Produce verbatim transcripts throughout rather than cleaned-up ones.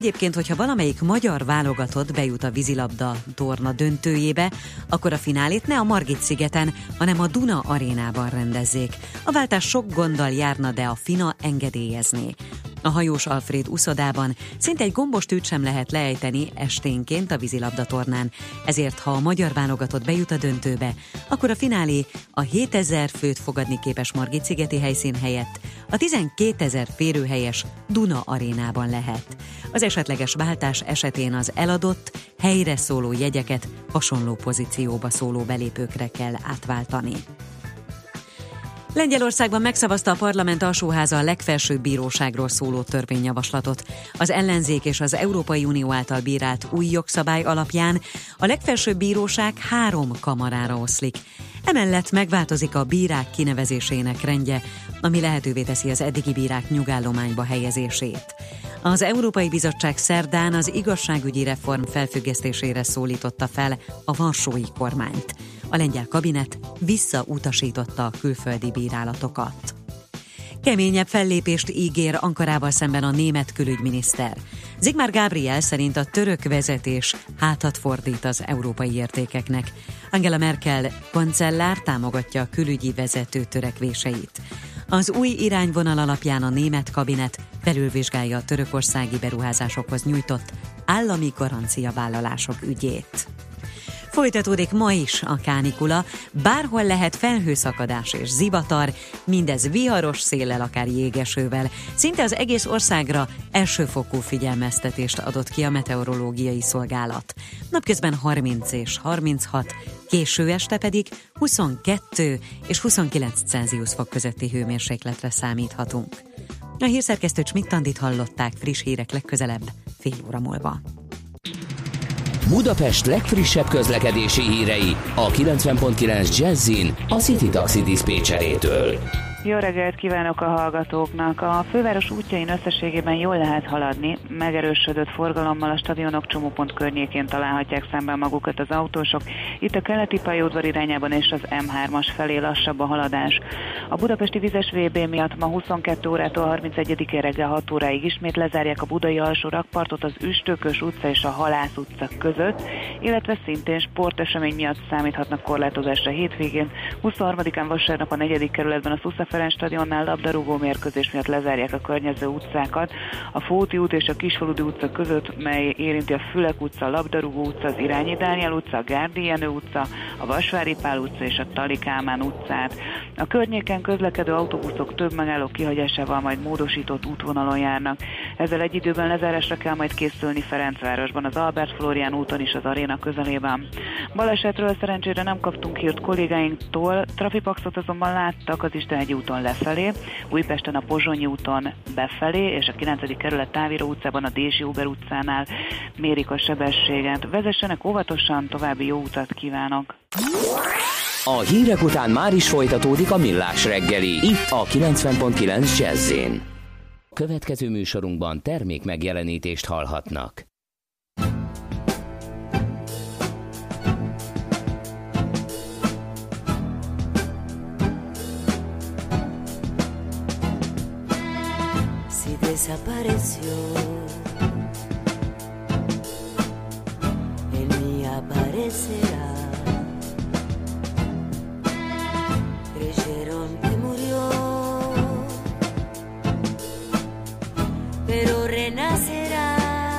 Egyébként, hogyha valamelyik magyar válogatott bejut a vízilabda torna döntőjébe, akkor a finálét ne a Margit-szigeten, hanem a Duna arénában rendezzék. A váltás sok gonddal járna, de a FINA engedélyezné. A Hajós Alfréd uszodában szinte egy gombostűt sem lehet leejteni esténként a vízilabda tornán, ezért ha a magyar válogatott bejut a döntőbe, akkor a finálé a hétezer főt fogadni képes Margit-szigeti helyszín helyett a tizenkétezer férőhelyes Duna arénában lehet. Az esetleges váltás esetén az eladott, helyre szóló jegyeket hasonló pozícióba szóló belépőkre kell átváltani. Lengyelországban megszavazta a parlament alsóháza a legfelsőbb bíróságról szóló törvényjavaslatot. Az ellenzék és az Európai Unió által bírált új jogszabály alapján a legfelsőbb bíróság három kamarára oszlik. Emellett megváltozik a bírák kinevezésének rendje, ami lehetővé teszi az eddigi bírák nyugállományba helyezését. Az Európai Bizottság szerdán az igazságügyi reform felfüggesztésére szólította fel a varsói kormányt. A lengyel kabinet visszautasította a külföldi bírálatokat. Keményebb fellépést ígér Ankarával szemben a német külügyminiszter. Sigmar Gabriel szerint a török vezetés hátat fordít az európai értékeknek. Angela Merkel kancellár támogatja a külügyi vezető törekvéseit. Az új irányvonal alapján a német kabinet felülvizsgálja a törökországi beruházásokhoz nyújtott állami garanciavállalások ügyét. Folytatódik ma is a kánikula, bárhol lehet felhőszakadás és zivatar, mindez viharos széllel, akár jégesővel. Szinte az egész országra elsőfokú figyelmeztetést adott ki a meteorológiai szolgálat. Napközben harminc és harminchat, késő este pedig huszonkettő és huszonkilenc Celsius fok közötti hőmérsékletre számíthatunk. A hírszerkesztő Schmidt-Andit hallották, friss hírek legközelebb, fél óra múlva. Budapest legfrissebb közlekedési hírei a kilencven pont kilenc Jazzin a City Taxi diszpécserétől. Jó reggelt kívánok a hallgatóknak! A főváros útjain összességében jól lehet haladni, megerősödött forgalommal a stadionok csomópont környékén találhatják szemben magukat az autósok. Itt a keleti pályaudvar irányában és az em hármas felé lassabb a haladás. A budapesti vizes vé bé miatt ma huszonkettő órától harmincegyedikén reggel hat óráig ismét lezárják a budai alsó rakpartot az Üstökös utca és a Halász utca között, illetve szintén sportesemény miatt számíthatnak korlátozásra hétvégén. huszonharmadikán vasárnap a negyedik kerületben a Szusza Ferenc stadionnál labdarúgó mérkőzés miatt lezárják a környező utcákat. A Fóti út és a Kisfaludy utca között, mely érinti a Fülek utca, a Labdarúgó utca, az Irányi Dániel utca, a Gárdi Jenő utca, a Vasvári Pál utca és a Tali Kálmán utcát. A környéken közlekedő autóbuszok több megálló kihagyásával majd módosított útvonalon járnak. Ezzel egy időben lezárásra kell majd készülni Ferencvárosban, az Albert Flórián úton is az aréna közelében. Balesetről szerencsére nem kaptunk hírt kollégáinktól, trafipaxot azonban láttak az Istenhegyi úton lefelé, Újpesten a Pozsonyi úton befelé, és a kilencedik kerület Táviró utcában a Dézsi Huber utcánál mérik a sebességet. Vezessenek óvatosan, további jó utat kívánok! A hírek után már is folytatódik a Millás reggeli, itt a kilencven pont kilenc Jazz-én. Következő műsorunkban termék megjelenítést hallhatnak. Desapareció, él ni aparecerá. Creyeron que murió, pero renacerá.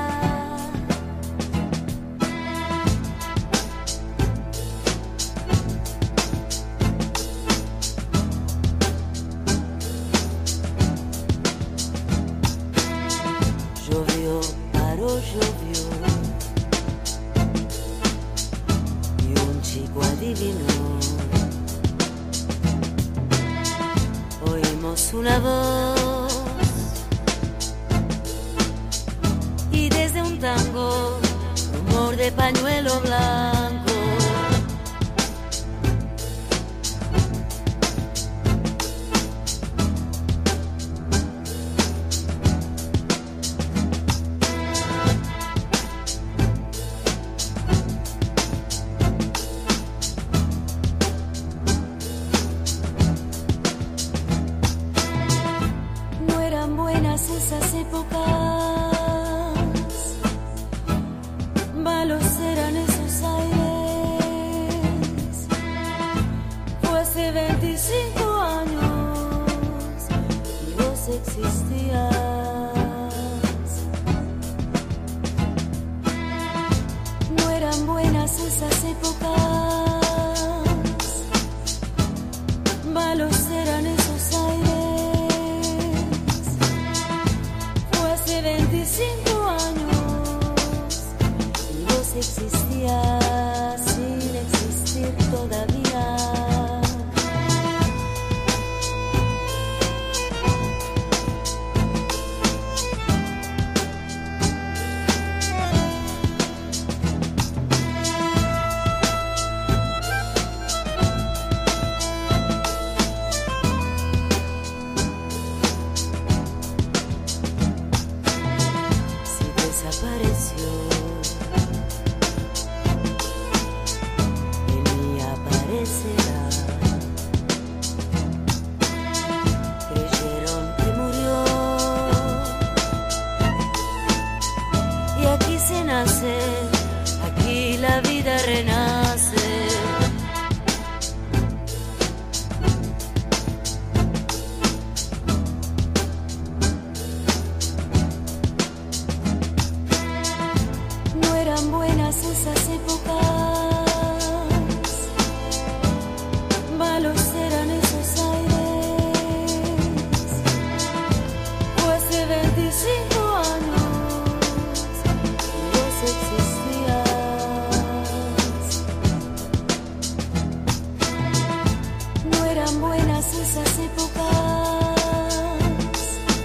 Llovió, paró, llovió, y un chico adivinó. Oímos una voz, y desde un tango, rumor de pañuelo blanco. Esas épocas esas épocas, malos eran esos aires. Fue hace veinticinco años y vos existías sin existir todavía. Aquí la vida renace. No eran buenas esas épocas, malos eran esos aires. Fue hace veinticinco años existías. No eran buenas esas épocas,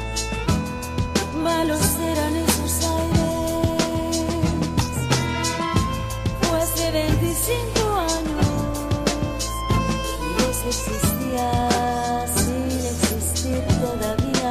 malos eran esos aires. Fue hace veinticinco años y vos existías sin existir todavía.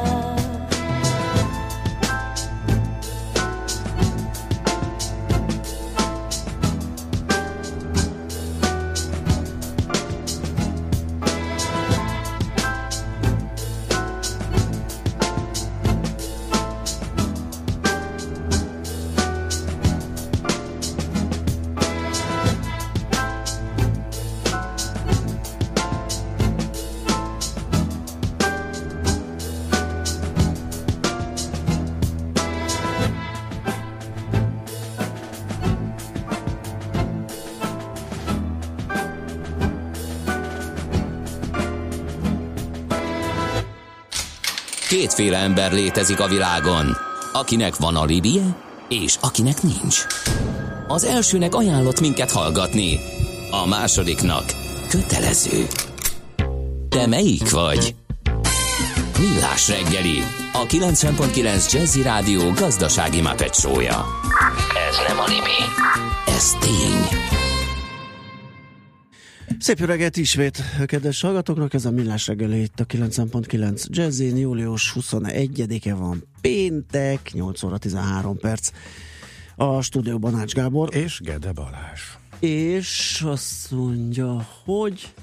Kétféle ember létezik a világon, akinek van alibije, és akinek nincs. Az elsőnek ajánlott minket hallgatni, a másodiknak kötelező. Te melyik vagy? Millás reggeli, a kilencven pont kilenc Jazzy Rádió gazdasági Muppet show-ja. Ez nem alibi, ez tény. Szép jó reggelt ismét, kedves hallgatóknak, ez a Millás reggeli itt a kilencven pont kilenc Jazzin. Július huszonegyedike van, péntek, nyolc óra tizenhárom perc. A stúdióban Ács Gábor. És Gede Balázs. És azt mondja, hogy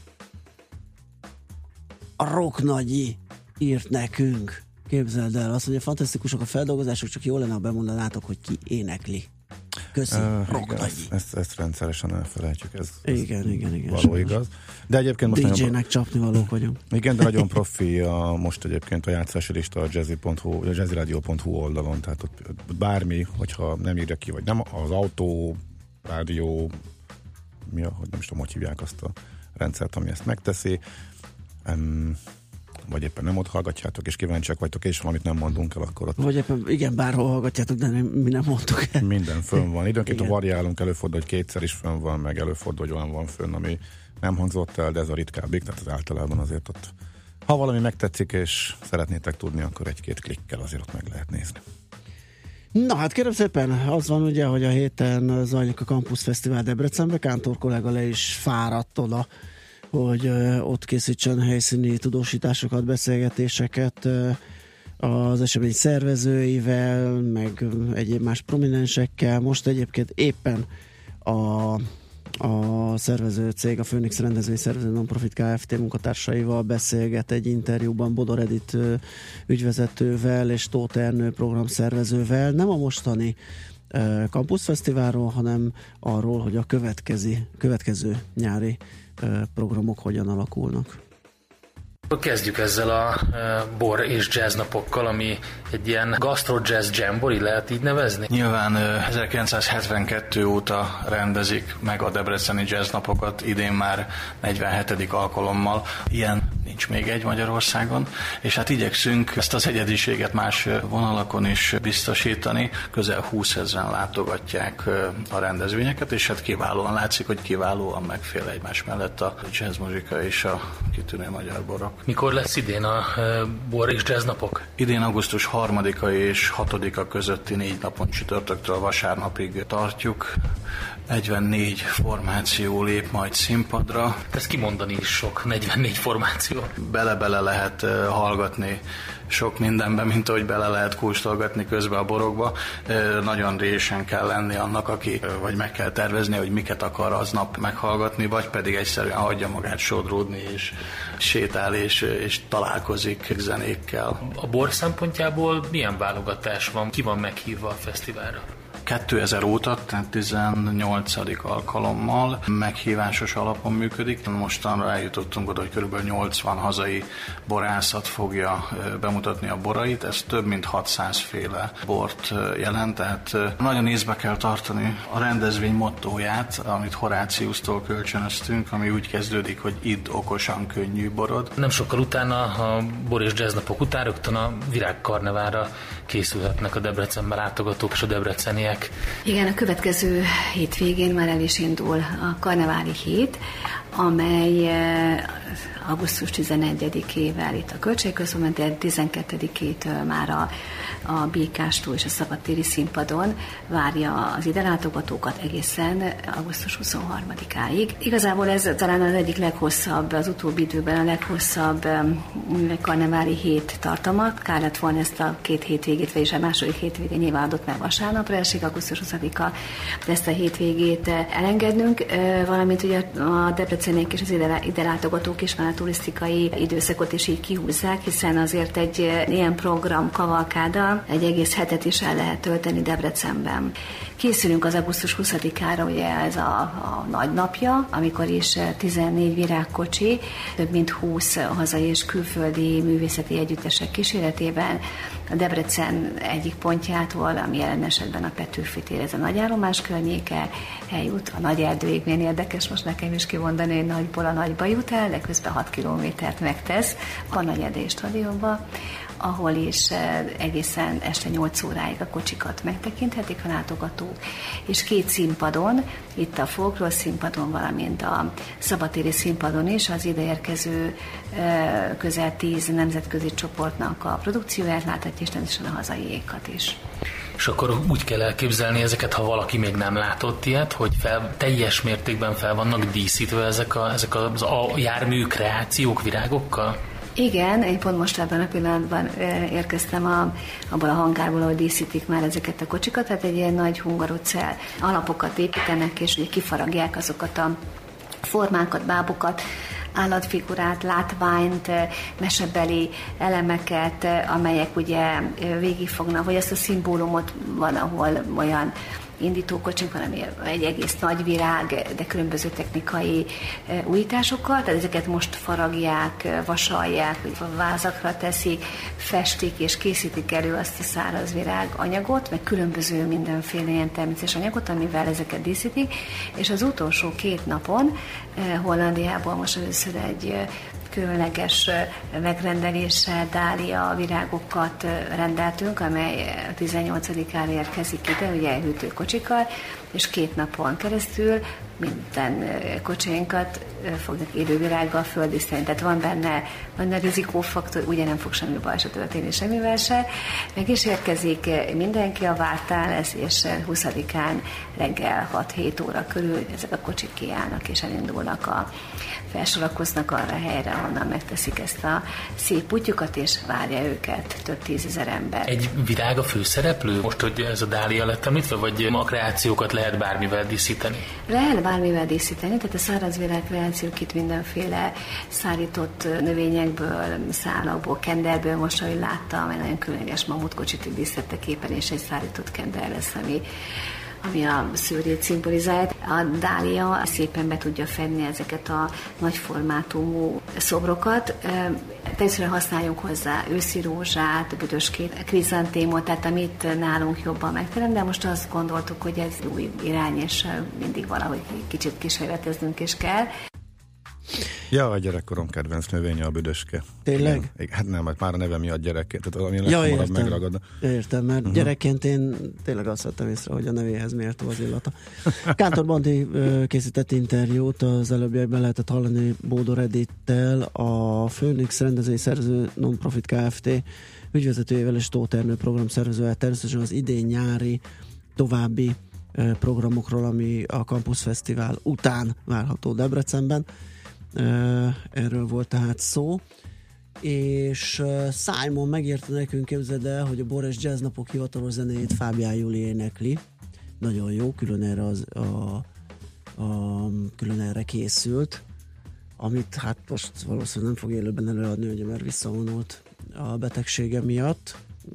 a Rocknagyi írt nekünk. Képzeld el, azt mondja, fantasztikusak a feldolgozások, csak jó lenne, ha bemondanátok, hogy ki énekli. Köszi, uh, Rocknagyi. Ezt, ezt, ezt rendszeresen elfelejtjük, ez, igen, ez igen, igen, való igaz. De egyébként most dé dzsének csapni valók vagyunk. Igen, de nagyon profi a, most egyébként a játszási lista a jazzy pont hu, a jazzyradio pont hu oldalon, tehát ott bármi, hogyha nem írja ki, vagy nem, az autó, rádió, mi a, hogy nem is tudom, hogy hívják azt a rendszert, ami ezt megteszi, um, vagy éppen nem ott hallgatjátok, és kíváncsiak vagytok, és valamit nem mondunk el, akkor ott... Vagy éppen, igen, bárhol hallgatjátok, de nem, mi nem mondtuk el. Minden fönn van. Időnként a variálunk, előfordul, hogy kétszer is fönn van, meg előfordul, hogy olyan van fönn, ami nem hangzott el, de ez a ritkábbik, tehát az általában azért ott, ha valami megtetszik, és szeretnétek tudni, akkor egy-két klikkel azért ott meg lehet nézni. Na hát kérem szépen, az van ugye, hogy a héten zajlik a Campus Fesztivál Debrecenbe, Kántor kollega le is fáradt oda, hogy uh, ott készítsen helyszíni tudósításokat, beszélgetéseket uh, az esemény szervezőivel, meg egyéb más prominensekkel. Most egyébként éppen a, a szervező cég, a Phoenix rendezői szervező Nonprofit Kft. Munkatársaival beszélget egy interjúban Bodor Edith uh, ügyvezetővel és Tóth Ernő programszervezővel. Nem a mostani uh, Campus Fesztiválról, hanem arról, hogy a következő, következő nyári programok hogyan alakulnak. Kezdjük ezzel a bor és jazz napokkal, ami egy ilyen gastro jazz jambori, lehet így nevezni? Nyilván ezerkilencszázhetvenkettő óta rendezik meg a debreceni jazz napokat, idén már negyvenhetedik alkalommal. Ilyen nincs még egy Magyarországon, és hát igyekszünk ezt az egyediséget más vonalakon is biztosítani. Közel húszezren látogatják a rendezvényeket, és hát kiválóan látszik, hogy kiválóan megfél egymás mellett a jazz muzsika és a kitűnő magyar borok. Mikor lesz idén a bor és jazz napok? Idén augusztus harmadika és hatodika közötti négy napon csütörtöktől vasárnapig tartjuk. negyvennégy formáció lép majd színpadra. Ezt kimondani is sok, negyvennégy formáció. Bele-bele lehet hallgatni sok mindenben, mint ahogy bele lehet kóstolgatni közben a borokba. Nagyon résen kell lenni annak, aki vagy meg kell tervezni, hogy miket akar aznap meghallgatni, vagy pedig egyszerűen hagyja magát sodródni, és sétál, és, és találkozik zenékkel. A bor szempontjából milyen válogatás van? Ki van meghívva a fesztiválra? kétezer óta, tehát tizennyolcadik alkalommal meghívásos alapon működik. Mostanra eljutottunk oda, hogy kb. nyolcvan hazai borászat fogja bemutatni a borait. Ez több mint hatszáz féle bort jelent, tehát nagyon észbe kell tartani a rendezvény mottóját, amit Horáciusztól kölcsönöztünk, ami úgy kezdődik, hogy idd okosan könnyű borod. Nem sokkal utána, a bor és jazz napok után rögtön a virágkarneválra készülhetnek a Debrecenbe látogatók és a debreceniek. Igen, a következő hétvégén már el is indul a karneváli hét, amely augusztus tizenegyedikével itt a Költségközponti, tizenkettedikétől már a, a Békástó és a Szabadtéri színpadon várja az ide látogatókat egészen augusztus huszonharmadikáig. Igazából ez talán az egyik leghosszabb, az utóbbi időben a leghosszabb karneváli hét tartalma. Kár lett volna ezt a két hétvégét, vagyis a második hétvégén nyilván adott meg vasárnapra esik, augusztus huszadika, de ezt a hétvégét elengednünk, valamint ugye a debreceniek és az ide, ide látogatók is már a turisztikai időszakot is így kihúzzák, hiszen azért egy ilyen program kavalkáda egy egész hetet is el lehet tölteni Debrecenben. Készülünk az augusztus huszadikára, ugye ez a, a nagy napja, amikor is tizennégy virágkocsi, több mint húsz hazai és külföldi művészeti együttesek kíséretében a Debrecen egyik pontjától, ami jelen esetben a Petőfi tér, ez a nagyállomás környéke, eljut a Nagy Erdőig, milyen érdekes most nekem is kimondani, hogy nagyból a nagyba jut el, de közben hat kilométert megtesz a Nagy Erdélyi stadionba, ahol is egészen este nyolc óráig a kocsikat megtekinthetik a látogatók, és két színpadon, itt a Folklór színpadon, valamint a Szabadtéri színpadon is az ideérkező közel tíz nemzetközi csoportnak a produkcióját láthatja, és természetesen a hazaiékat is. És akkor úgy kell elképzelni ezeket, ha valaki még nem látott ilyet, hogy fel, teljes mértékben fel vannak díszítve ezek, a, ezek az a jármű kreációk virágokkal? Igen, én pont most ebben a pillanatban érkeztem a, abban a hangárból, ahol díszítik már ezeket a kocsikat, tehát egy ilyen nagy hungarocell alapokat építenek, és ugye kifaragják azokat a formákat, bábokat, állatfigurát, látványt, mesebeli elemeket, amelyek ugye végigfognak, vagy azt a szimbólumot van, ahol olyan indítókocsink van, ami egy egész nagy virág, de különböző technikai újításokkal, tehát ezeket most faragják, vasalják, vagy vázakra teszik, festik és készítik elő azt a száraz virág anyagot, meg különböző mindenféle ilyen természetes anyagot, amivel ezeket díszítik, és az utolsó két napon Hollandiából most először egy különleges megrendeléssel dália virágokat rendeltünk, amely a tizennyolcadikára érkezik ide, ugye hűtőkocsikkal, és két napon keresztül minden kocsiinkat fognak élővirággal földíszíteni. Tehát van benne, van a rizikófaktor, ugye nem fog semmi baj se történni semmivel se. Meg is érkezik mindenki a vártán lesz, és huszadikán reggel hat-hét óra körül ezek a kocsik kiállnak, és elindulnak a felsorakoznak arra a helyre, ahonnan megteszik ezt a szép útjukat, és várja őket több tízezer ember. Egy virág a főszereplő? Most, hogy ez a dália lett említve, vagy a kreációkat lehet bármivel díszíteni? Lehet bármivel díszíteni, tehát a szárazvirág kreációk itt mindenféle szárított növényekből, szálakból, kenderből, most, ahogy láttam, egy nagyon különleges mamutkocsit díszítettek éppen, és egy szárított kender lesz, ami ami a szőrét szimbolizál. A dália szépen be tudja fedni ezeket a nagy formátumú szobrokat. Természetesen használjunk hozzá őszi rózsát, büdöskét, krizantémot, tehát amit nálunk jobban megterem, de most azt gondoltuk, hogy ez új irány, és mindig valahogy kicsit kísérleteznünk is kell. Ja, a gyerekkorom kedvenc növénye a büdöske. Tényleg? Igen. Hát nem, hát már a neve miatt gyerek, tehát ami ja, leghamarabb megragad. Értem, mert uh-huh. gyerekként én tényleg azt vettem észre, hogy a nevéhez méltó az illata. Kántor Bandi készített interjút, az előbbiekben lehetett hallani Bódor Edittel, a Phoenix rendezői szerző non-profit Kft. Ügyvezetőjével és Tóth Ernő programszervezővel, természetesen az idén nyári további programokról, ami a Campus Fesztivál után várható Debrecenben. Erről volt tehát szó, és Simon megírta nekünk, képzeld el, hogy a Boris Jazz napok hivatalos zenéjét Fábián Júli énekli. Nagyon jó, külön erre, az, a, a, külön erre készült, amit hát most valószínűleg nem fog élőben előadni, ugye, mert visszavonult a betegsége miatt.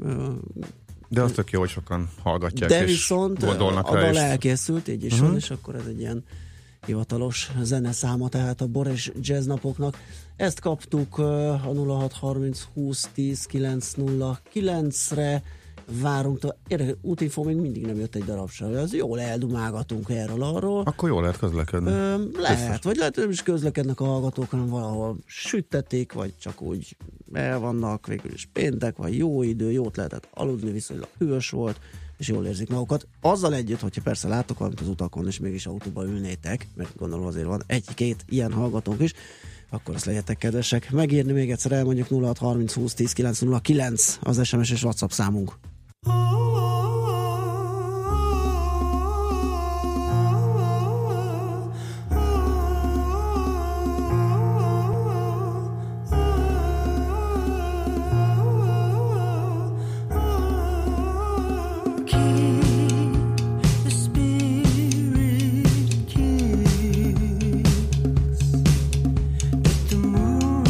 De az tök jó, hogy sokan hallgatják, de és viszont gondolnak a rá. dal elkészült, így is uh-huh. van, és akkor ez egy ilyen hivatalos zeneszáma, tehát a Boris Jazz napoknak. Ezt kaptuk a nulla hat harminc húsz tíz kilenc nulla kilencre, várunk, érdekes, útinfó még mindig nem jött egy darab sem. Az jól eldumálgatunk erről arról. Akkor jól lehet közlekedni. Ö, lehet, Biztos. vagy lehet, hogy nem is közlekednek a hallgatók, hanem valahol sütették, vagy csak úgy el vannak, végül is péntek, vagy jó idő, jót lehetett aludni, viszonylag hűvös volt, és jól érzik magukat. Azzal együtt, hogyha persze látok valamit az utakon, és mégis autóba ülnétek, mert gondolom azért van egy-két ilyen hallgatónk is, akkor azt legyetek kedvesek megírni még egyszer, elmondjuk nulla hat harminc húsz tíz kilenc nulla kilenc az es em es és WhatsApp számunk.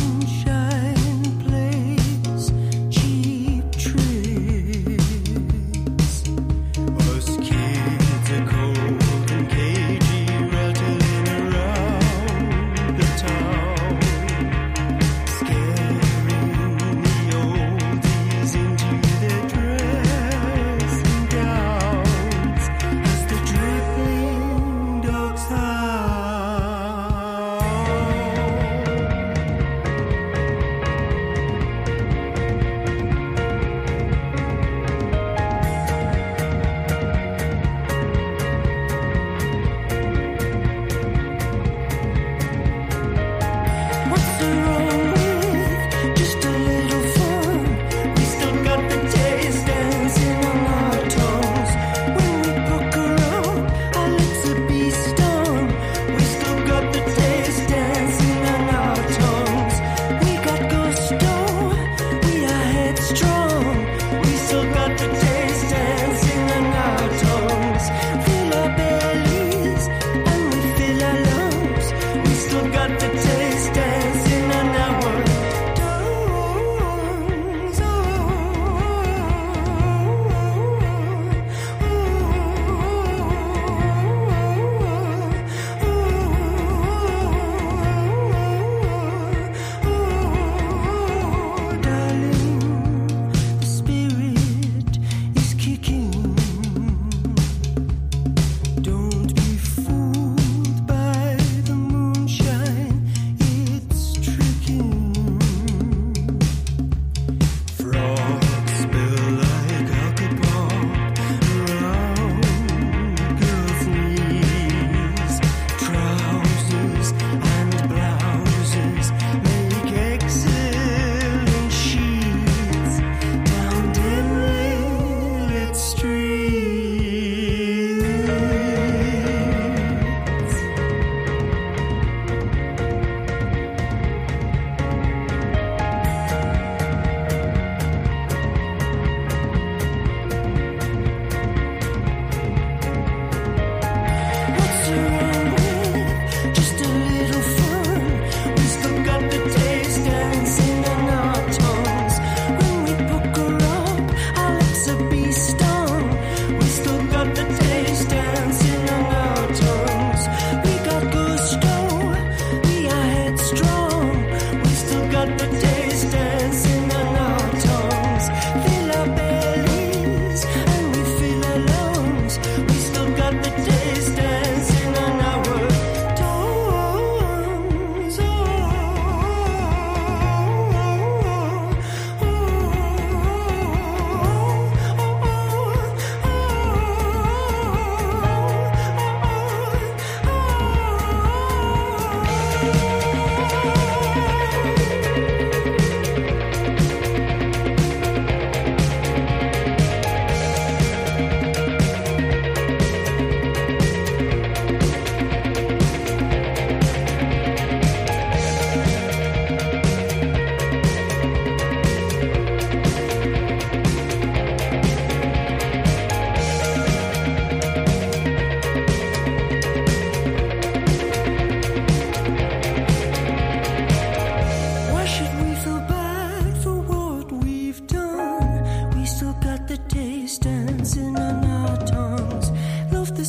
Cheap trick.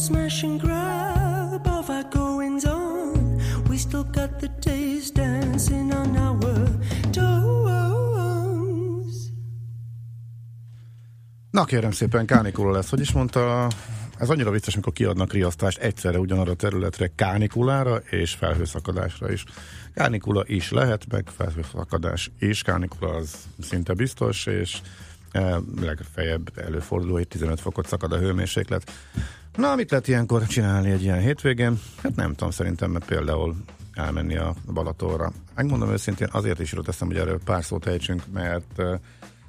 smash and grab of our goings on. We still got the days dancing on our toes. Na kérem szépen, kánikula lesz. Hogy is mondta, ez annyira vicces, amikor kiadnak riasztást egyszerre ugyanarra a területre, kánikulára és felhőszakadásra is. Kánikula is lehet, meg felhőszakadás is. Kánikula az szinte biztos, és eh, legfeljebb előforduló, hogy tizenöt fokot szakad a hőmérséklet. Na, mit lehet ilyenkor csinálni egy ilyen hétvégén? Hát nem tudom, szerintem, mert például elmenni a Balatonra. Megmondom őszintén, azért is jutott eszembe, hogy erről pár szót ejtsünk, mert eh,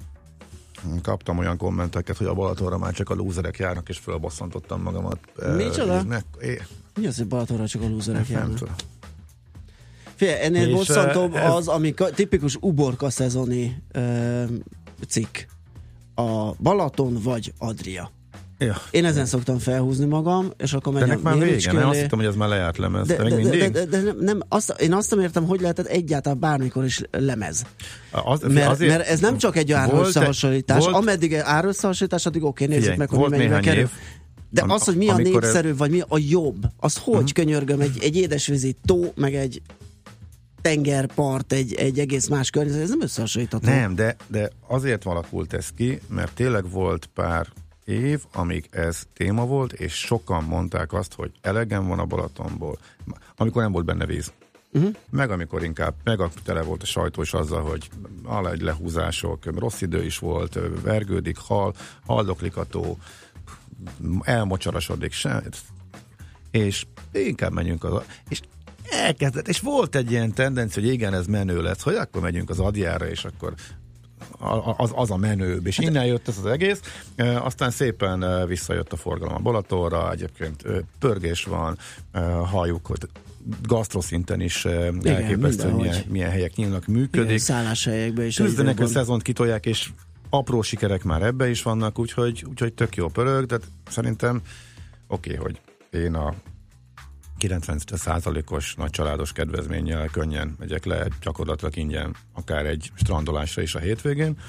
kaptam olyan kommenteket, hogy a Balatonra már csak a lúzerek járnak, és fölbosszantottam magamat. Micsoda? Ne, é, Mi az, hogy Balatonra csak a lúzerek nem járnak? tudom. Figyelj, ennél És, bosszantóbb ez- az, ami ka- tipikus uborka szezoni ö, cikk. A Balaton vagy Adria. Ja. Én ezen szoktam felhúzni magam, és akkor De megy ennek a már vége, Méricskélé. nem? Azt hittem, hogy ez már lejárt lemez. De, De, de, még de, mindig? de, de, de nem, nem azt, én azt nem értem, hogy lehetett egyáltalán bármikor is lemez. Az, Mert, azért mert ez nem csak egy volt- árösszehasonlítás. volt- Ameddig árösszehasonlítás, addig oké, nézzük Figyelj, meg, hogy volt mennyibe néhány kerül. év, De am- az, hogy mi a amikor ez- népszerűbb, vagy mi a jobb, az hogy uh-huh. könyörgöm, egy, egy édesvízi tó, meg egy tengerpart, egy, egy egész más környezet, ez nem összehasonlítható. Nem, de, de azért alakult ez ki, mert tényleg volt pár év, amíg ez téma volt, és sokan mondták azt, hogy elegem van a Balatonból, amikor nem volt benne víz. Uh-huh. Meg amikor inkább, meg a tele volt a sajtó is azzal, hogy alagy lehúzások, rossz idő is volt, vergődik, hal, haldoklik a tó, elmocsarasodik, sem, és inkább menjünk az, és elkezdett, és volt egy ilyen tendencia, hogy igen, ez menő lesz, hogy akkor megyünk az Adjára, és akkor az, az a menőbb, és innen jött ez az egész, e, aztán szépen e, visszajött a forgalom a Balatonra, egyébként e, pörgés van, e, halljuk, hogy gasztroszinten is e, elképesztő, milyen, milyen helyek nyílnak, működik. Igen, szálláshelyekben is. Küzdenek, hogy szezont kitolják, és apró sikerek már ebbe is vannak, úgyhogy, úgyhogy tök jó pörög, de szerintem oké, okay, hogy én a kilencven százalékos nagycsaládos kedvezménnyel könnyen megyek le, gyakorlatilag ingyen, akár egy strandolásra is a hétvégén.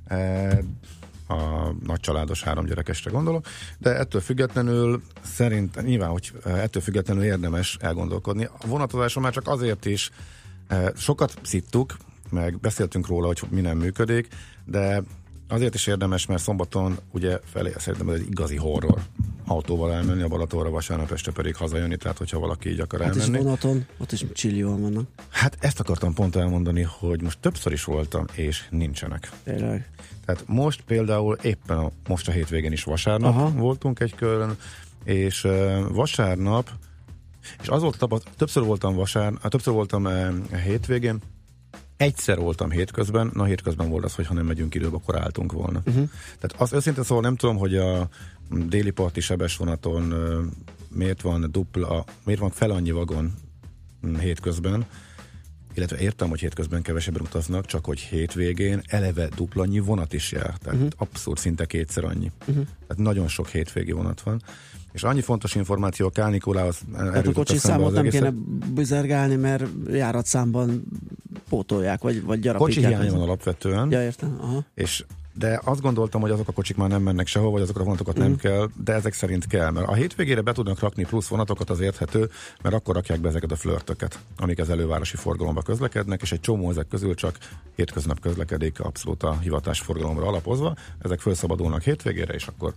A nagycsaládos három gyerekesre gondolok, de ettől függetlenül szerintem, nyilván, hogy ettől függetlenül érdemes elgondolkodni. A vonatozáson már csak azért is sokat szittuk, meg beszéltünk róla, hogy mi nem működik, de azért is érdemes, mert szombaton ugye felé szerintem ez egy igazi horror autóval elmenni a Balatonra, vasárnap este pedig hazajönni, tehát hogyha valaki így akar hát elmenni. Hát is vonaton, ott is csillióan vannak. Hát ezt akartam pont elmondani, hogy most többször is voltam, és nincsenek. Tényleg. Tehát most például éppen a, most a hétvégén is vasárnap Aha. voltunk egy körön, és uh, vasárnap, és az volt tapasztalat, többször voltam vasárnap, többször voltam uh, hétvégén, egyszer voltam hétközben, na hétközben volt az, hogy ha nem megyünk időbe, akkor álltunk volna. Uh-huh. Tehát azt őszintén szóval nem tudom, hogy a déli parti sebesvonaton uh, miért van dupla, miért van fel annyi vagon um, hétközben, illetve értem, hogy hétközben kevesebben utaznak, csak hogy hétvégén eleve dupla annyi vonat is jár. Tehát uh-huh. abszurd, szinte kétszer annyi. Uh-huh. Tehát nagyon sok hétvégi vonat van. És annyi fontos információ a Kánikulához. Hát a kocsi számot nem kéne bizergálni, mert járatszámban pótolják, vagy, vagy gyarapítják. Kocsi hiány van alapvetően. Ja, értem. Aha. És de azt gondoltam, hogy azok a kocsik már nem mennek sehova, vagy azokra a vonatokat mm. nem kell, de ezek szerint kell, mert a hétvégére be tudnak rakni plusz vonatokat, az érthető, mert akkor rakják be ezeket a flörtöket, amik az elővárosi forgalomba közlekednek, és egy csomó ezek közül csak hétköznap közlekedik, abszolút a hivatás forgalomra alapozva, ezek felszabadulnak hétvégére, és akkor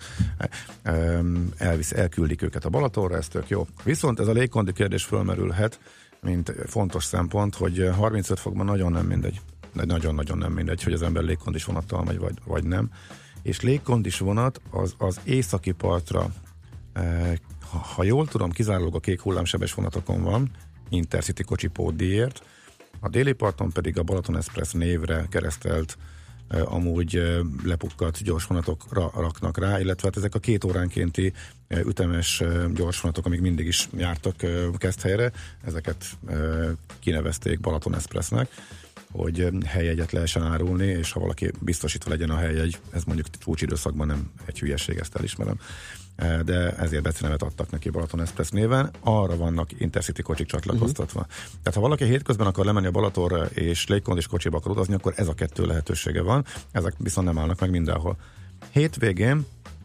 elvisz, elküldik őket a Balatonra, ez tök jó. Viszont ez a légkondi kérdés fölmerülhet, mint fontos szempont, hogy harmincöt fokban nagyon nem mindegy. De nagyon-nagyon nem mindegy, hogy az ember légkondis vonattal megy, vagy, vagy nem. És légkondis vonat az, az északi partra, eh, ha, ha jól tudom, kizárólag a kék hullámsebes vonatokon van, Intercity kocsi pótdíjért, a déli parton pedig a Balaton Express névre keresztelt eh, amúgy eh, lepukkadt gyorsvonatokra raknak rá, illetve hát ezek a két óránkénti eh, ütemes eh, gyorsvonatok, amik mindig is jártak eh, Keszthelyre, ezeket eh, kinevezték Balaton Expressnek, hogy helyjegyet lehessen árulni, és ha valaki biztosítva legyen a helyjegy, ez mondjuk csúcsidőszakban nem egy hülyeség, ezt elismerem, de ezért becenevet adtak neki Balaton Express néven, arra vannak Intercity kocsik csatlakoztatva. Uh-huh. Tehát ha valaki hétközben akar lemenni a Balatonra, és légkondis kocsiba akar utazni, akkor ez a kettő lehetősége van, ezek viszont nem állnak meg mindenhol. Hétvégén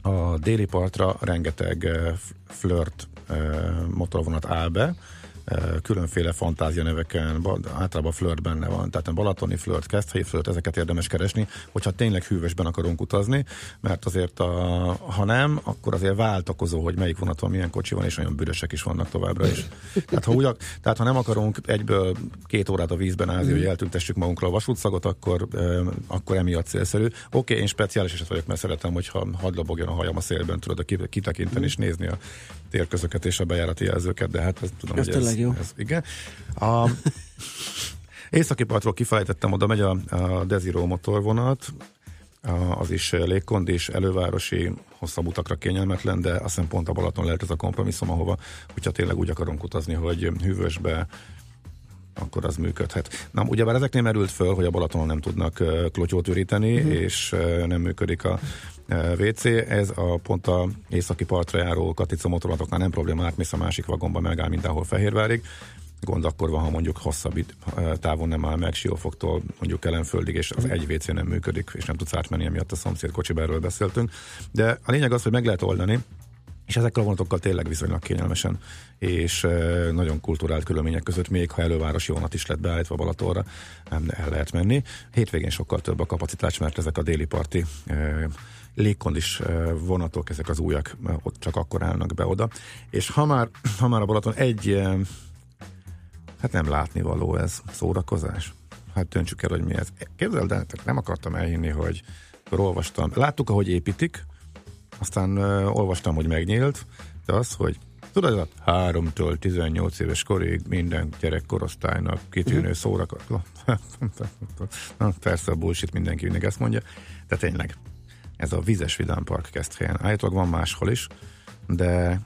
a déli partra rengeteg flirt motorvonat áll be, különféle fantázia neveken, általában flirt benne van, tehát a balatoni flirt, keszthelyi flirt, ezeket érdemes keresni, hogyha tényleg hűvösben akarunk utazni, mert azért a, ha nem, akkor azért váltakozó, hogy melyik vonaton milyen kocsi van, és olyan büdösek is vannak továbbra is. Tehát ha, úgy, tehát ha nem akarunk egyből két órát a vízben állni, hogy eltüntessük magunkra a vasútszagot, akkor, akkor emiatt célszerű. Oké, okay, én speciális eset vagyok, mert szeretem, hogyha hadd lobogjon a hajam a szélben, tudod, kitekinteni és nézni a térközöket és a bejárati jelzőket, de hát ezt tudom, ez hogy ez, jó. ez igen. A északi partról kifejtettem, oda megy a, a Desiro motorvonat, a, az is légkondis, elővárosi, hosszabb utakra kényelmetlen, de azt hiszem pont a Balaton lehet ez a kompromisszum, ahova, hogyha tényleg úgy akarunk utazni, hogy hűvösbe, akkor az működhet. Na, ugyebár ezeknél merült föl, hogy a Balatonon nem tudnak uh, klotyót üríteni, uh-huh. és uh, nem működik a uh, vé cé. Ez a pont a északi partra járó Katica motorvonatoknál nem probléma, átmész a másik vagomba, megáll mindenhol Fehérvárig. Gond akkor van, ha mondjuk hosszabb uh, távon nem áll meg, Siófoktól mondjuk Kelenföldig, és az uh-huh. egy vé cé nem működik, és nem tudsz átmenni, emiatt a szomszéd kocsiba, erről beszéltünk. De a lényeg az, hogy meg lehet oldani, és ezekkel a vonatokkal tényleg viszonylag kényelmesen, és e, nagyon kulturált körülmények között, még ha elővárosi vonat is lett beállítva Balatonra, el lehet menni. Hétvégén sokkal több a kapacitás, mert ezek a déli parti e, légkondis e, vonatok, ezek az újak, ott csak akkor állnak be oda. És ha már, ha már a Balaton egy, e, hát nem látnivaló ez, szórakozás. Hát döntsük el, hogy mi ez. Képzeld el, nem akartam elhinni, hogy olvastam. Láttuk, ahogy építik, aztán uh, olvastam, hogy megnyílt, de az, hogy tudod, háromtól tizennyolc éves korig minden gyerekkorosztálynak kitűnő uh-huh. szórakozó. Persze a bullshit, mindenki mindig ezt mondja, de tényleg, ez a vízes vidámpark Keszthelyen. Állítólag van máshol is, de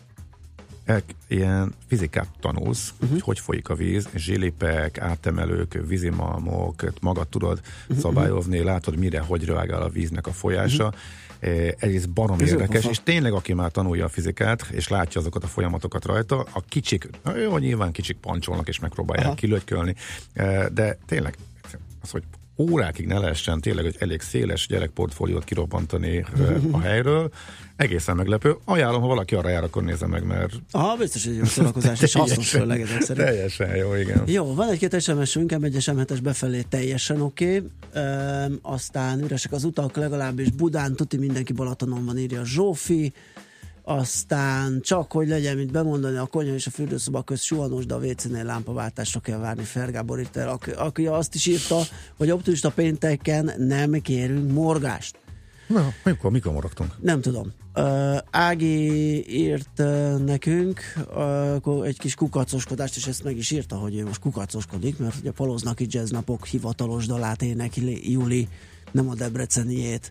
ilyen fizikát tanulsz, uh-huh. hogy hogy folyik a víz, zsilipek, átemelők, vízimalmok, magad tudod uh-huh. szabályozni, látod mire, hogy reagál a víznek a folyása. Uh-huh. Egész barom ez érdekes, és tényleg aki már tanulja a fizikát, és látja azokat a folyamatokat rajta, a kicsik, jó, nyilván kicsik pancsolnak, és megpróbálják kilötykölni, de tényleg az, hogy órákig ne lehessen tényleg egy elég széles gyerekportfóliót kirobbantani a helyről, egészen meglepő. Ajánlom, ha valaki arra jár, akkor nézze meg, mert... Aha, biztos, hogy egy jó szórakozás, és hasznos főleg ezek szerint. Teljesen jó, igen. Jó, van egy-két es em es-ünk, egy es em hetes befelé teljesen oké, okay. Ehm, aztán üresek az utak, legalábbis Budán, tuti mindenki Balatonon van, írja Zsófi, aztán csak, hogy legyen mit bemondani, a konyha és a fürdőszoba közt suhanós, de a vé cénél lámpaváltásra kell várni. Fergábor itt el, aki, aki azt is írta, hogy optimista pénteken nem kérünk morgást. Na, mikor, mikor morogtunk? Nem tudom. Uh, Ági írt uh, nekünk uh, egy kis kukacoskodást, és ezt meg is írta, hogy ő most kukacoskodik, mert ugye a Paloznaki Jazz napok hivatalos dalát énekli Juli, nem a debreceniét.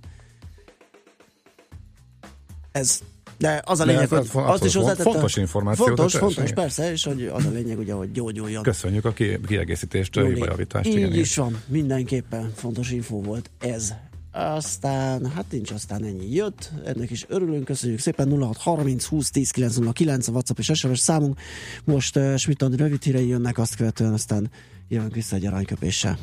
Ez de az a lényeg, hogy azt is hozzátette. Fontos információ. Fontos, fontos, persze, és hogy az a lényeg, ugye, hogy gyógyuljon. Köszönjük a kiegészítést, hibajavítást. Így igen, is van, mindenképpen fontos infó volt ez. Aztán, hát nincs, aztán ennyi jött, ennek is örülünk, köszönjük szépen. Nulla hat harminc húsz tíz kilenc nulla kilenc a WhatsApp és es em es számunk. Most uh, Schmidt-Andi rövid hírei jönnek, azt követően aztán jövünk vissza egy aranyköpéssel.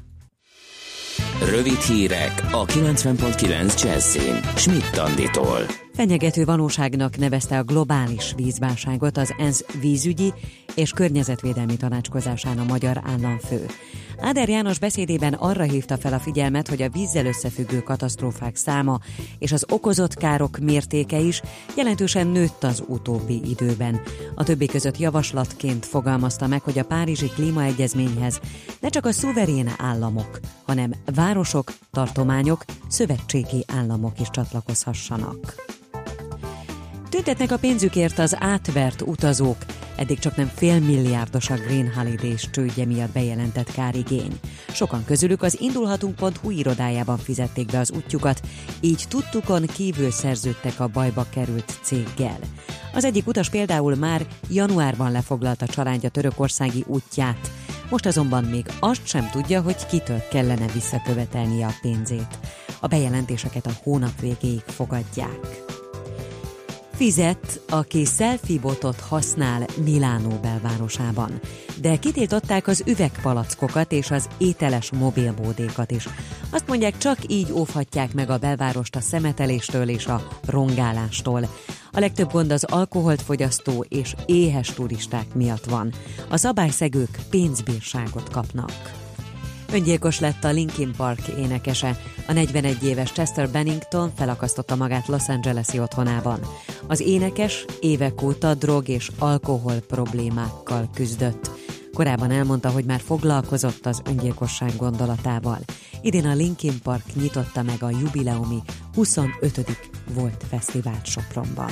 Rövid hírek a kilencven pont kilenc Jazzin Schmidt-Anditól. Fenyegető valóságnak nevezte a globális vízválságot az ENSZ vízügyi és környezetvédelmi tanácskozásán a magyar államfő. Áder János beszédében arra hívta fel a figyelmet, hogy a vízzel összefüggő katasztrófák száma és az okozott károk mértéke is jelentősen nőtt az utóbbi időben. A többi között javaslatként fogalmazta meg, hogy a Párizsi Klímaegyezményhez ne csak a szuverén államok, hanem városok, tartományok, szövetségi államok is csatlakozhassanak. Tüntetnek a pénzükért az átvert utazók, eddig csak nem félmilliárdos a Green Holidays csődje miatt bejelentett kárigény. Sokan közülük az indulhatunk pont hu irodájában fizették be az útjukat, így tudtukon kívül szerződtek a bajba került céggel. Az egyik utas például már januárban lefoglalta a családja törökországi útját, most azonban még azt sem tudja, hogy kitől kellene visszakövetelnie a pénzét. A bejelentéseket a hónap végéig fogadják. Fizet, aki selfie-botot használ Milánó belvárosában, de kitiltották az üvegpalackokat és az ételes mobilbódékat is. Azt mondják, csak így óvhatják meg a belvárost a szemeteléstől és a rongálástól. A legtöbb gond az alkoholt fogyasztó és éhes turisták miatt van. A szabályszegők pénzbírságot kapnak. Öngyilkos lett a Linkin Park énekese. A negyvenegy éves Chester Bennington felakasztotta magát Los Angeles-i otthonában. Az énekes évek óta drog és alkohol problémákkal küzdött. Korábban elmondta, hogy már foglalkozott az öngyilkosság gondolatával. Idén a Linkin Park nyitotta meg a jubileumi huszonötödik Volt Fesztivált Sopronban.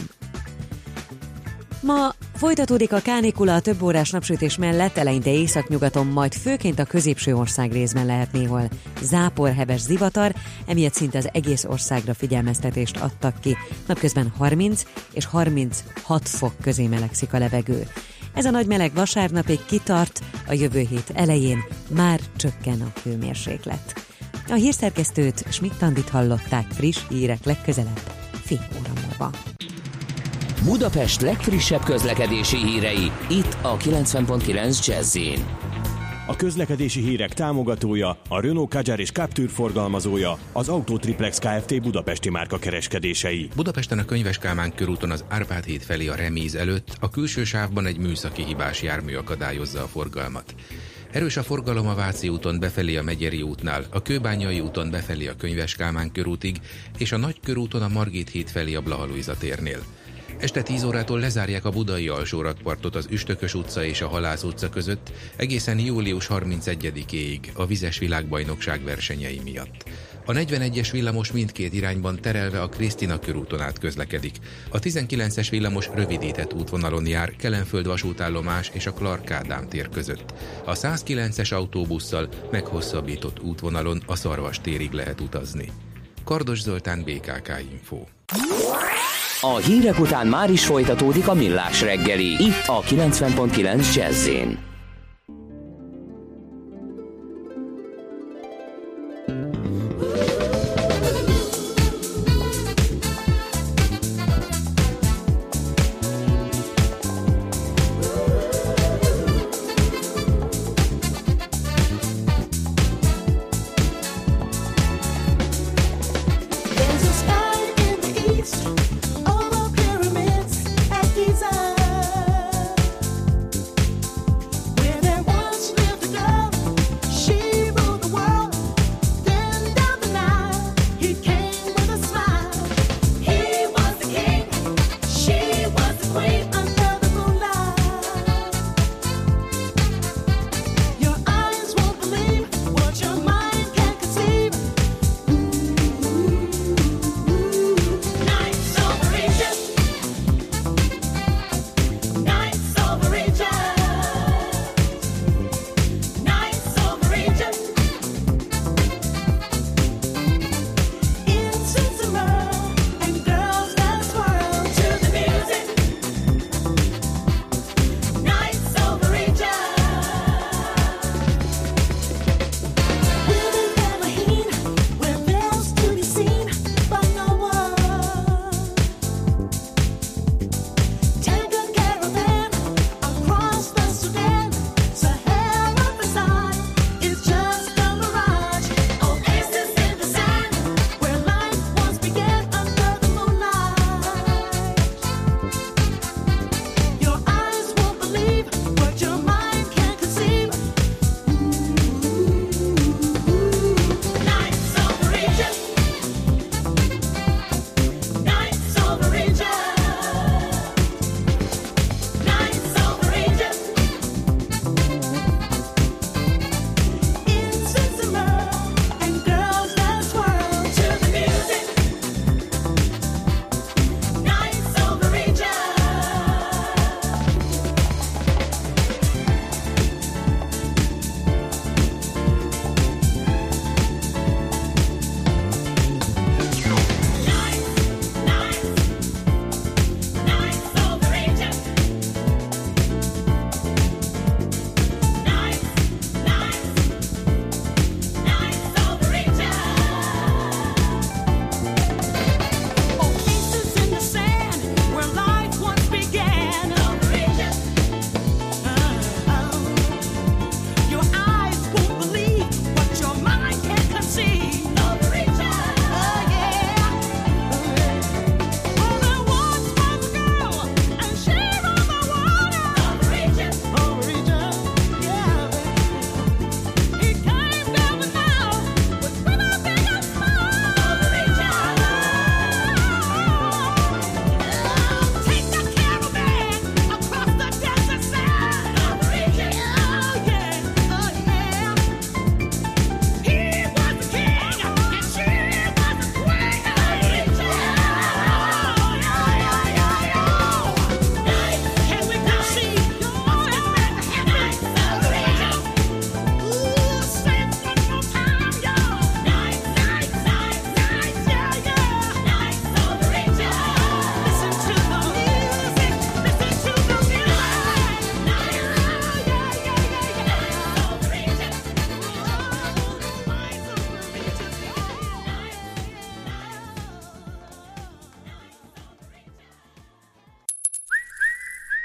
Ma folytatódik a kánikula, a több órás napsütés mellett, eleinte északnyugaton, majd főként a középső ország részben lehet néhol záporheves zivatar, emiatt szinte az egész országra figyelmeztetést adtak ki. Napközben harminc és harminchat fok közé melegszik a levegő. Ez a nagy meleg vasárnapig kitart, a jövő hét elején már csökken a hőmérséklet. A hírszerkesztőt, Schmidt-Andit hallották, friss hírek legközelebb fél óra múlva. Budapest legfrissebb közlekedési hírei, itt a kilencven pont kilenc Jazz-in. A közlekedési hírek támogatója, a Renault Kadjar és Captur forgalmazója, az Autotriplex Kft. Budapesti márka kereskedései. Budapesten a Könyves Kálmán körúton az Árpád híd felé a Remíz előtt a külső sávban egy műszaki hibás jármű akadályozza a forgalmat. Erős a forgalom a Váci úton befelé a Megyeri útnál, a Kőbányai úton befelé a Könyves Kálmán körútig, és a Nagykörúton a Margit híd felé a Blaha Lujza térnél. Este tíz órától lezárják a budai alsórakpartot az Üstökös utca és a Halász utca között egészen július harmincegyedikéig a vizes világbajnokság versenyei miatt. A negyvenegyes villamos mindkét irányban terelve a Krisztina körúton át közlekedik. A tizenkilences villamos rövidített útvonalon jár Kelenföld vasútállomás és a Clark Ádám tér között. A százkilences autóbusszal meghosszabbított útvonalon a Szarvas térig lehet utazni. Kardos Zoltán, bé ká ká Info. A hírek után már is folytatódik a Millás reggeli, itt a kilencven pont kilenc Jazz-in.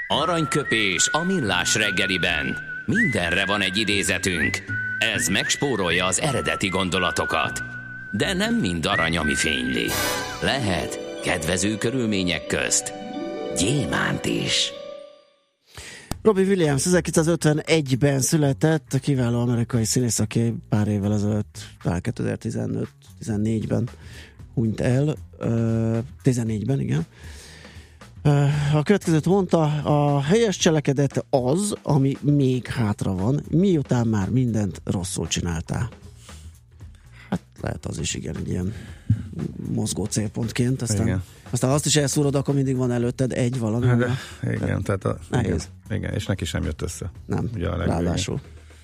Aranyköpés a millás reggeliben. Mindenre van egy idézetünk. Ez megspórolja az eredeti gondolatokat. De nem mind arany, ami fényli. Lehet kedvező körülmények közt gyémánt is. Robbie Williams ezerkilencszázötvenegyben született, kiváló amerikai színész, aki pár évvel ezelőtt, talán kétezer-tizenöt-tizennégyben hunyt el. tizennégyben, igen. A következőt mondta: a helyes cselekedet az, ami még hátra van, miután már mindent rosszul csináltál. Hát lehet az is, igen, egy ilyen mozgó célpontként, aztán, aztán azt is elszúrod, akkor mindig van előtted egy valami. De, igen, tehát a, nehéz. Igen, igen, és neki sem jött össze. Nem, ugye a ráadásul.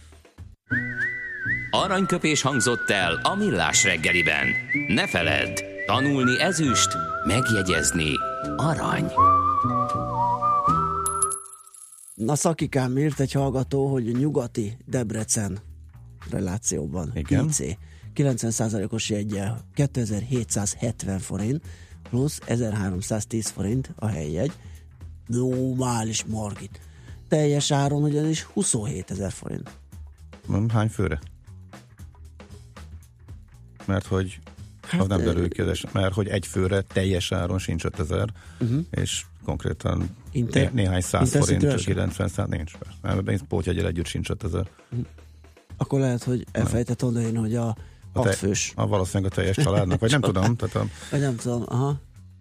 Aranyköpés hangzott el a millás reggeliben. Ne feledd, tanulni ezüst, megjegyezni arany. Na, Szakikám írt egy hallgató, hogy nyugati Debrecen relációban igen. i cé kilencven százalékos jeggyel kétezer-hétszázhetven forint plusz ezerháromszáztíz forint a helyjegy. Normális Margit. Teljes áron ugyanis huszonhétezer forint. Hány főre? Mert hogy hát, az nem derül ki, mert hogy egy főre teljes áron sincs ötezer, uh-huh. és konkrétan Inter, né- néhány száz forint, kilencven száz nincs. Mert pótjegyel együtt sincs ötezer. Uh-huh. Akkor lehet, hogy elfejtett mondani, hogy a a te, fős. A valószínűleg a teljes családnak, vagy nem tudom. Tehát a... Vagy nem tudom, aha.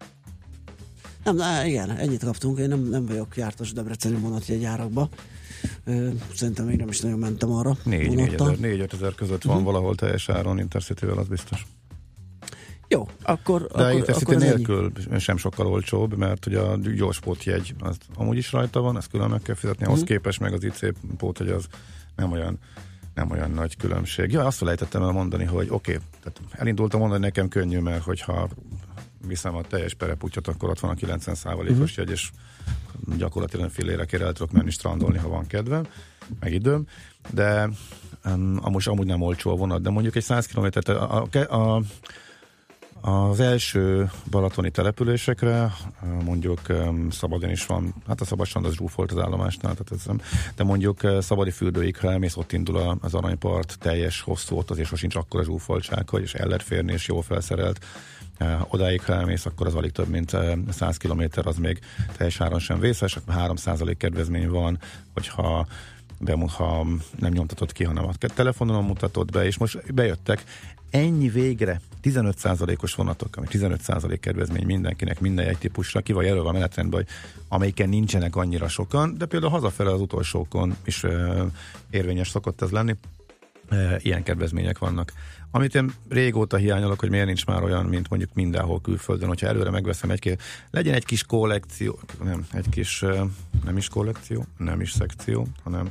Nem, na, igen, ennyit kaptunk, én nem, nem vagyok jártas debreceni vonatjegyárakba. Szerintem még nem is nagyon mentem arra. négy-ötezer között van uh-huh. valahol teljes áron Intercityvel, az biztos. Jó, akkor... De akkor, Intercity akkor nélkül ennyi. Sem sokkal olcsóbb, mert ugye a gyors pótjegy az amúgy is rajta van, ezt külön meg kell fizetni, ahhoz uh-huh. képest meg az i cé pótjegy az nem olyan nem olyan nagy különbség. Ja, azt felejtettem el mondani, hogy oké, okay, tehát elindultam mondani, hogy nekem könnyű, mert hogyha viszem a teljes pereputyot, akkor ott van a kilencven százalékos uh-huh. jegy, és gyakorlatilag fillérekért el tudok menni strandolni, ha van kedvem, meg időm, de um, amúgy, amúgy nem olcsó a vonat, de mondjuk egy száz kilométert a, a, a, az első balatoni településekre, mondjuk um, Szabadon is van, hát a Szabadstrand az zsúfolt az állomásnál, tehát ez nem, de mondjuk uh, Szabadi fürdőig, ha elmész, ott indul az aranypart, teljes hosszú, ott azért sincs akkora zsúfoltság, hogy és el lehet férni, és jól felszerelt. Uh, odáig, ha elmész, akkor az alig több, mint uh, száz kilométer, az még teljes áron sem vészes, akkor három százalék kedvezmény van, hogyha be, ha nem nyomtatod ki, hanem a telefonon mutatod be, és most bejöttek ennyi végre tizenöt százalékos vonatok, ami tizenöt százalék kedvezmény mindenkinek, minden egy típusra, ki van jelölve a menetrendben, hogy amelyiken nincsenek annyira sokan, de például hazafele az utolsókon is uh, érvényes szokott ez lenni. Uh, ilyen kedvezmények vannak. Amit én régóta hiányolok, hogy miért nincs már olyan, mint mondjuk mindenhol külföldön, hogyha előre megveszem egy, legyen egy kis kollekció, nem, egy kis, uh, nem is kollekció, nem is szekció, hanem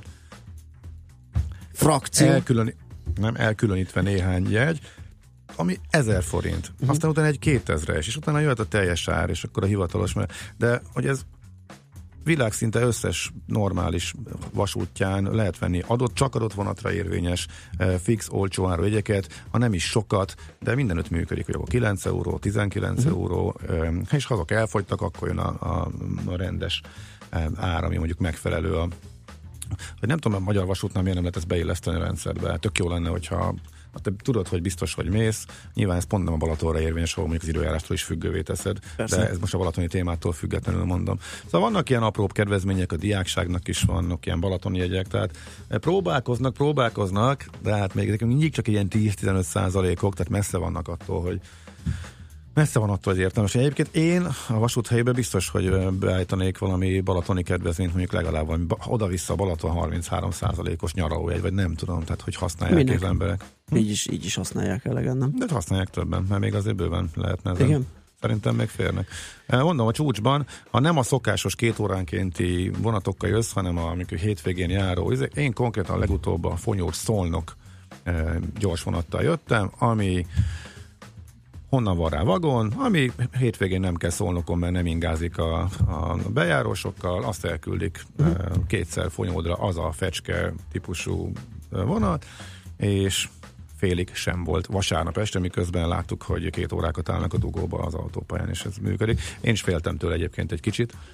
frakció. Elkülön, nem elkülönítve néhány jegy, ami ezer forint. Uh-huh. Aztán utána egy kétezres, és utána jöhet a teljes ár, és akkor a hivatalos, mert, de hogy ez világszinte összes normális vasútján lehet venni adott, csak adott vonatra érvényes, fix, olcsó áru jegyeket, ha nem is sokat, de mindenütt működik, hogy akkor kilenc euró, tizenkilenc uh-huh. euró, és ha azok elfogytak, akkor jön a, a, a rendes ár, ami mondjuk megfelelő a hogy nem tudom, a magyar vasútnál miért nem lehet ezt beilleszteni a rendszerbe. Tök jó lenne, hogyha te tudod, hogy biztos, hogy mész. Nyilván ez pont nem a Balatonra érvényes, ahol mondjuk az időjárástól is függővé teszed. Persze. De ez most a balatoni témától függetlenül mondom. Szóval vannak ilyen apróbb kedvezmények, a diákságnak is vannak ilyen balatoni jegyek, tehát próbálkoznak, próbálkoznak, de hát még mindig csak ilyen tíz-tizenöt százalékok, tehát messze vannak attól, hogy messze van attól az értelmes. Egyébként én a vasút helyében biztos, hogy beállítanék valami balatoni kedvezményt, mondjuk legalább valami oda-vissza Balaton harminchárom százalékos nyaralójegy, vagy nem tudom, tehát hogy használják Minek? Az emberek. Hm? Így is, így is használják elegen, nem? De használják többen, mert még azért bőven lehetne ezen. Igen. Szerintem még férnek. Mondom, a csúcsban, ha nem a szokásos két óránkénti vonatokkal jössz, hanem a amikor hétvégén járó, én konkrétan legutóbb a Fonyód Szolnok gyors vonattal jöttem, ami honnan van rá vagon, ami hétvégén nem kell Szolnokon, mert nem ingázik a, a bejárósokkal, azt elküldik uh-huh. kétszer Fonyódra az a fecske típusú vonat, és félig sem volt vasárnap este, miközben láttuk, hogy két órákat állnak a dugóba az autópályán, és ez működik. Én is féltem tőle egyébként egy kicsit,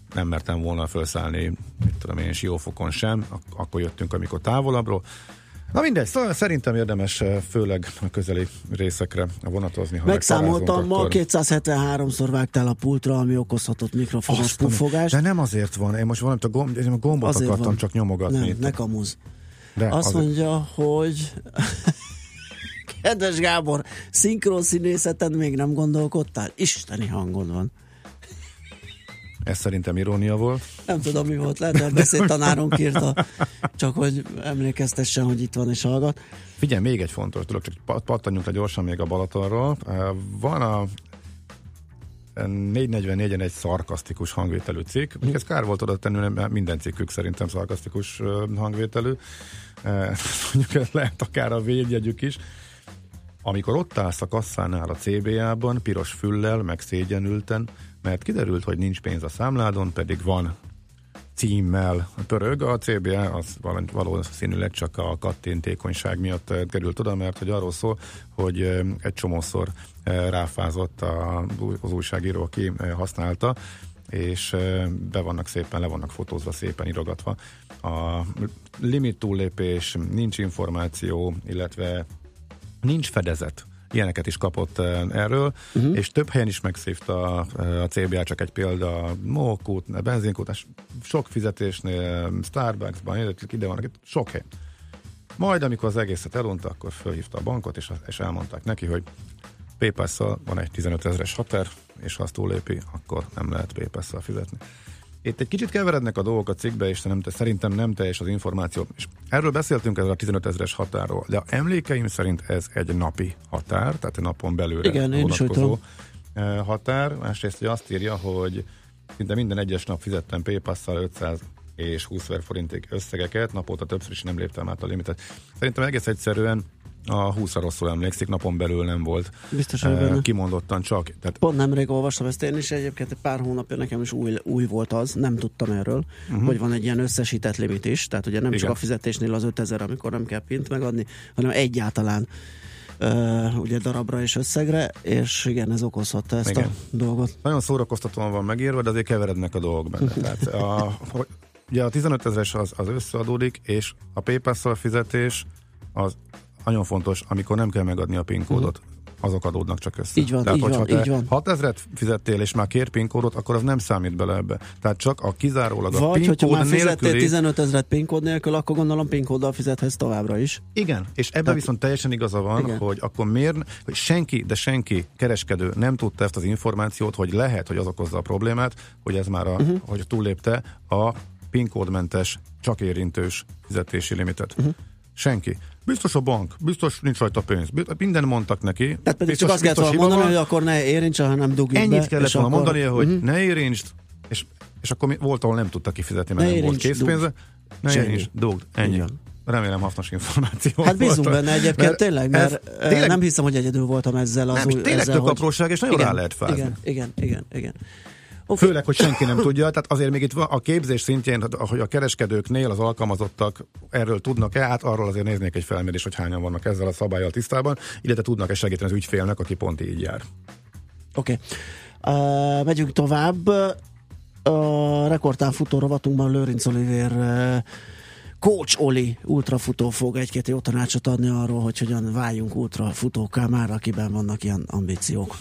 nem mertem volna felszállni, mit tudom én, Siófokon sem, ak- akkor jöttünk, amikor távolabbról. Na mindegy, szóval szerintem érdemes főleg a közeli részekre vonatozni. Ha megszámoltam, ma akkor... kétszázhetvenháromszor vágtál a pultra, ami okozhatott mikrofonos puffogást. De nem azért van, én most valamit a, gomb, a gombot azért akartam van. Csak nyomogatni. Nem, ne kamuzz. De azt azért... mondja, hogy kedves Gábor, szinkron színészeten még nem gondolkodtál? Isteni hangod van. Ez szerintem irónia volt. Nem tudom, mi volt, lehet, hogy a beszédtanárunk írta, csak hogy emlékeztessen, hogy itt van és hallgat. Figyelj, még egy fontos dolog, csak pattanjunk le gyorsan még a Balatonról. Van a négy negyvennégyen egy szarkasztikus hangvételű cikk. Mm. Ez kár volt oda tenni, mert minden cikkük szerintem szarkasztikus hangvételű. Mondjuk ez lehet akár a védjegyük is. Amikor ott állsz a kasszánál a cé bé á-ban, piros füllel, meg szégyenülten, mert kiderült, hogy nincs pénz a számládon, pedig van címmel pörög. A cé bé á az valószínűleg csak a kattintékonyság miatt került oda, mert hogy arról szól, hogy egy csomószor ráfázott az újságíró, aki használta, és be vannak szépen, le vannak fotózva, szépen irogatva. A limit túllépés, nincs információ, illetve nincs fedezet. Ilyeneket is kapott erről, uh-huh. és több helyen is megszívta a cé bé á, csak egy példa, Mókút, benzinkút, sok fizetésnél, Starbucksban, ide vannak, sok hely. Majd, amikor az egészet elunta, akkor fölhívta a bankot, és, és elmondták neki, hogy PayPass-szal van egy tizenöt ezres határ, és ha azt túlépi, akkor nem lehet PayPass-szal fizetni. Itt egy kicsit keverednek a dolgok a cikkbe, és nem, szerintem nem teljes az információ. És erről beszéltünk, ezzel a tizenöt ezres határról, de emlékeim szerint ez egy napi határ, tehát egy napon belőle igen, vonatkozó határ. Másrészt, hogy azt írja, hogy szinte minden egyes nap fizettem PayPass-szal ötszáz és húsz forintig összegeket, napóta többször is nem léptem át a limitet. Szerintem egész egyszerűen a húszra rosszul emlékszik, napon belül nem volt. Biztos, uh, kimondottan csak. Tehát... Pont nemrég olvastam ezt én is, egyébként egy pár hónapja nekem is új, új volt az, nem tudtam erről, uh-huh. hogy van egy ilyen összesített limit is, tehát ugye nem igen. csak a fizetésnél az ötezer, amikor nem kell pint megadni, hanem egyáltalán uh, ugye darabra és összegre, és igen, ez okozhatta ezt igen. a dolgot. Nagyon szórakoztatóan van megírva, de azért keverednek a dolgok benne. Tehát a, ugye a tizenöt ezres az, az összeadódik, és a PayPass-szal fizetés az nagyon fontos, amikor nem kell megadni a PIN kódot, azok adódnak csak össze. Így van, Tehát, így van, ha te így van. hatezret fizettél, és már kér PIN kódot, akkor az nem számít bele ebbe. Tehát csak a kizárólag a vagy, PIN kód hogyha már nélküli... fizettél tizenöt ezret PIN kód nélkül, akkor gondolom PIN kóddal fizethetsz továbbra is. Igen, és ebben Tehát... viszont teljesen igaza van, igen. hogy akkor miért, hogy senki, de senki kereskedő nem tudta ezt az információt, hogy lehet, hogy az okozza a problémát, hogy ez már a, uh-huh. hogy túllépte a PIN kódmentes, csak érintős fizetési limitet. Uh-huh. Senki. Biztos a bank, biztos nincs rajta pénz, minden mondtak neki. Tehát pedig biztos, csak azt kellett volna mondani, van. hogy akkor ne érints, hanem dugjuk Ennyit be. Ennyit kellett volna akkor... mondani, hogy uh-huh. ne érintsd, és, és akkor mi, volt, ahol nem tudta kifizetni, mert ne nem volt készpénze. Ne érintsd, dugd, ennyi. Remélem hasznos információ. Hát bízunk benne egyébként, mert tényleg, mert tényleg, nem hiszem, hogy egyedül voltam ezzel az nem, új... Tényleg ezzel, tök hogy... apróság, és nagyon igen, rá lehet fázni. Igen, igen, igen, igen. Okay. Főleg, hogy senki nem tudja, tehát azért még itt a képzés szintjén, hogy a kereskedőknél az alkalmazottak erről tudnak-e, hát arról azért néznék egy felmérés, hogy hányan vannak ezzel a szabállyal tisztában, illetve tudnak-e segíteni az ügyfélnek, aki pont így jár. Oké. Okay. Uh, megyünk tovább. A rekordtán futó rovatunkban Lőrinc Olivér uh, Coach Oli ultrafutó fog egy-két jó tanácsot adni arról, hogy hogyan váljunk ultrafutókká már, akiben vannak ilyen ambíciók.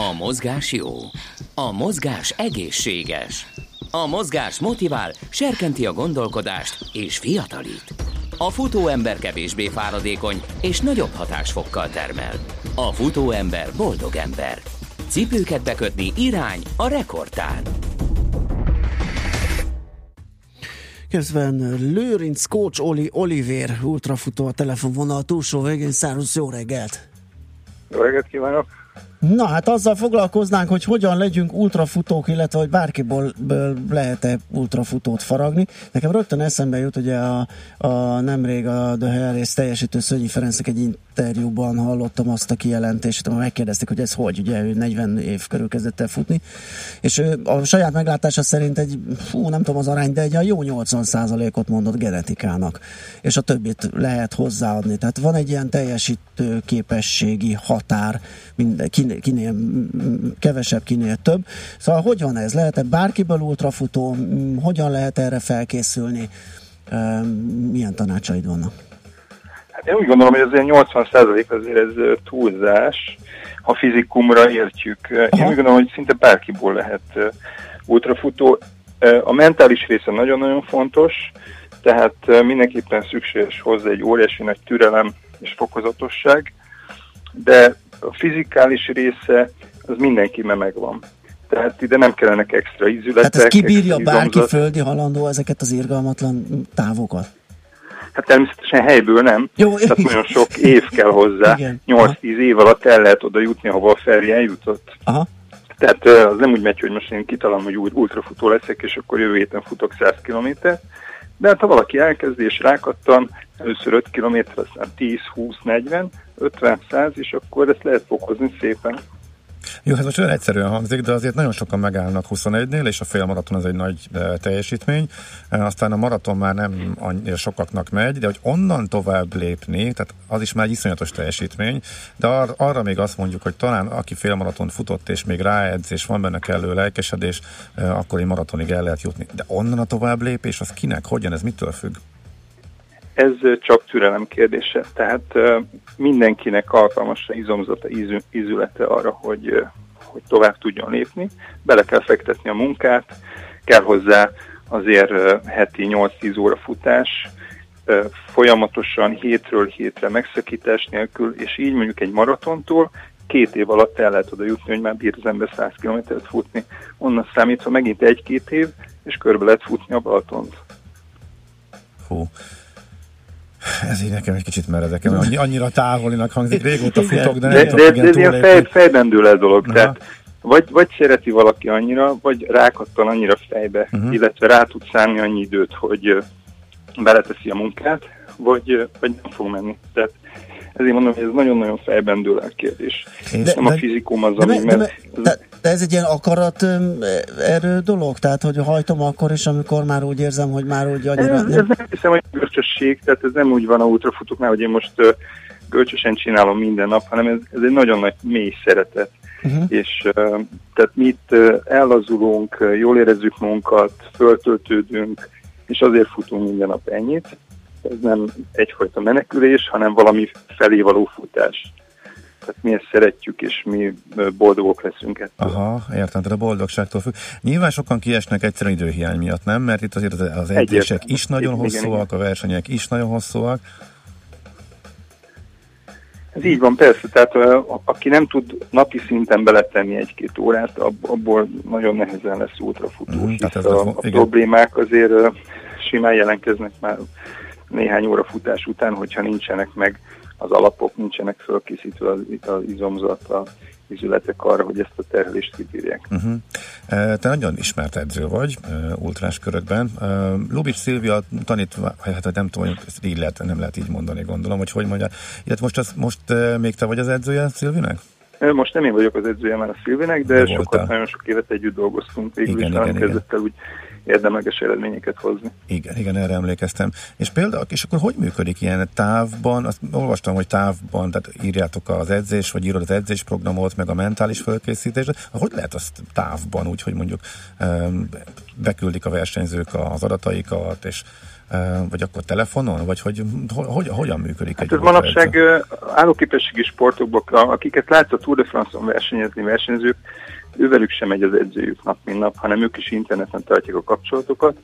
A mozgás jó. A mozgás egészséges. A mozgás motivál, serkenti a gondolkodást és fiatalít. A futóember kevésbé fáradékony és nagyobb hatásfokkal termel. A futóember boldog ember. Cipőket bekötni irány a rekordtár. Közben Lőrinc Coach Oli Olivér ultrafutó a telefonvonal túlsó végén. Szárusz, jó reggelt! Jó reggelt kívánok! Na hát azzal foglalkoznánk, hogy hogyan legyünk ultrafutók, illetve hogy bárkiből lehet-e ultrafutót faragni. Nekem rögtön eszembe jut, ugye a, a nemrég a The Harris teljesítő Szönyi Ferencnek egy interjúban hallottam azt a kijelentést, amikor megkérdezték, hogy ez hogy, ugye ő negyven év körül kezdett el futni, és ő a saját meglátása szerint egy, fú, nem tudom az arány, de egy a jó nyolcvan százalékot mondott genetikának, és a többit lehet hozzáadni. Tehát van egy ilyen teljesítő képességi határ, minden, kinél, kinél kevesebb, kinél több. Szóval hogy van ez? Lehet-e bárkiből ultrafutó? Hogyan lehet erre felkészülni? Milyen tanácsaid vannak? Hát én úgy gondolom, hogy azért nyolcvan százalék azért ez túlzás, ha fizikumra értjük. Aha. Én úgy gondolom, hogy szinte bárkiból lehet ultrafutó. A mentális része nagyon-nagyon fontos, tehát mindenképpen szükséges hozzá egy óriási nagy türelem és fokozatosság, de a fizikális része az mindenkiben megvan. Tehát ide nem kellenek extra ízületek. Hát ez kibírja bárki földi halandó ezeket az irgalmatlan távokat? Hát természetesen helyből nem. Jó, tehát nagyon sok év kell hozzá. nyolc-tíz év alatt el lehet oda jutni, ahova a Feri eljutott. Aha. Tehát az nem úgy megy, hogy most én kitalálom, hogy úgy ultrafutó leszek, és akkor jövő héten futok száz kilométert. De hát ha valaki elkezdi és rákattan, először öt kilométer, aztán tíz, húsz, negyven, ötven, száz, és akkor ezt lehet fokozni szépen. Jó, hát most olyan egyszerűen hangzik, de azért nagyon sokan megállnak huszonegynél, és a félmaraton az egy nagy e, teljesítmény. E, aztán a maraton már nem annyira sokaknak megy, de hogy onnan tovább lépni, tehát az is már egy iszonyatos teljesítmény, de ar- arra még azt mondjuk, hogy talán aki félmaraton futott, és még ráedz, és van benne kellő lelkesedés, e, akkor egy maratonig el lehet jutni. De onnan a tovább lépés, az kinek, hogyan, ez mitől függ? Ez csak türelem kérdése, tehát uh, mindenkinek alkalmas a izomzata, ízü, ízülete arra, hogy, uh, hogy tovább tudjon lépni. Bele kell fektetni a munkát, kell hozzá azért uh, heti nyolc-tíz óra futás, uh, folyamatosan hétről hétre megszakítás nélkül, és így mondjuk egy maratontól két év alatt el lehet oda jutni, hogy már bír az ember száz kilométert futni. Onnan számítva megint egy-két év, és körbe lehet futni a Balatont. Hú. Ez így nekem egy kicsit meredek, annyi, annyira távolinak hangzik, régóta futok, de nem de, tudok de, igen de, de ilyen fej, fejben dől el dolog, Aha. tehát vagy, vagy szereti valaki annyira, vagy rákattan annyira fejbe, uh-huh. illetve rá tud szállni annyi időt, hogy beleteszi a munkát, vagy, vagy nem fog menni. Tehát ezért mondom, hogy ez nagyon-nagyon fejben dől el kérdés. De, nem de, a fizikum az, ami... De, mert, de, de, de ez egy ilyen akarat erő dolog? Tehát, hogy hajtom akkor is, amikor már úgy érzem, hogy már úgy annyira... Ez, ez nem hiszem, hogy görcsösség, tehát ez nem úgy van a ultrafutóknál, hogy én most uh, görcsösen csinálom minden nap, hanem ez, ez egy nagyon nagy mély szeretet. Uh-huh. És uh, tehát mi itt uh, ellazulunk, uh, jól érezzük magunkat, föltöltődünk, és azért futunk minden nap ennyit. Ez nem egyfajta menekülés, hanem valami felé való futás. Tehát mi ezt szeretjük, és mi boldogok leszünk ettől. Aha, értem, tehát a boldogságtól függ. Nyilván sokan kiesnek egyszerűen időhiány miatt, nem? Mert itt azért az edzések is nagyon igen, hosszúak, igen. A versenyek is nagyon hosszúak. Ez így van, persze. Tehát a, aki nem tud napi szinten beletenni egy-két órát, abból nagyon nehezen lesz ultrafutó. Mm, hisz a, a problémák azért simán jelentkeznek már néhány óra futás után, hogyha nincsenek meg az alapok, nincsenek fölkészítve az, az izomzat, az izületek arra, hogy ezt a terhelést kibírják. Uh-huh. Te nagyon ismert edző vagy ultrás körökben. Lubics Szilvia tanít, hát nem tudom, hogy ezt így lehet, nem lehet így mondani, gondolom, hogy hogy mondja. Illetve most, az, most még te vagy az edzője Szilvinek? Most nem én vagyok az edzője már a Szilvinek, de, de sokat, nagyon sok évet együtt dolgoztunk. Végül igen, is igen, nem igen. kezdett el úgy érdemleges eredményeket hozni. Igen, igen, erre emlékeztem. És például, és akkor hogy működik ilyen távban? Azt olvastam, hogy távban, tehát írjátok az edzés, vagy írod az edzésprogramot, meg a mentális felkészítést. Hogy lehet azt távban, úgy, hogy mondjuk beküldik a versenyzők az adataikat, és vagy akkor telefonon, vagy hogy, hogy hogyan működik hát egy ez manapság állóképességi sportokban, akiket látsz a Tour de France-on versenyezni versenyzők, ővelük sem megy az edzőjük nap mint nap, hanem ők is interneten tartják a kapcsolatokat.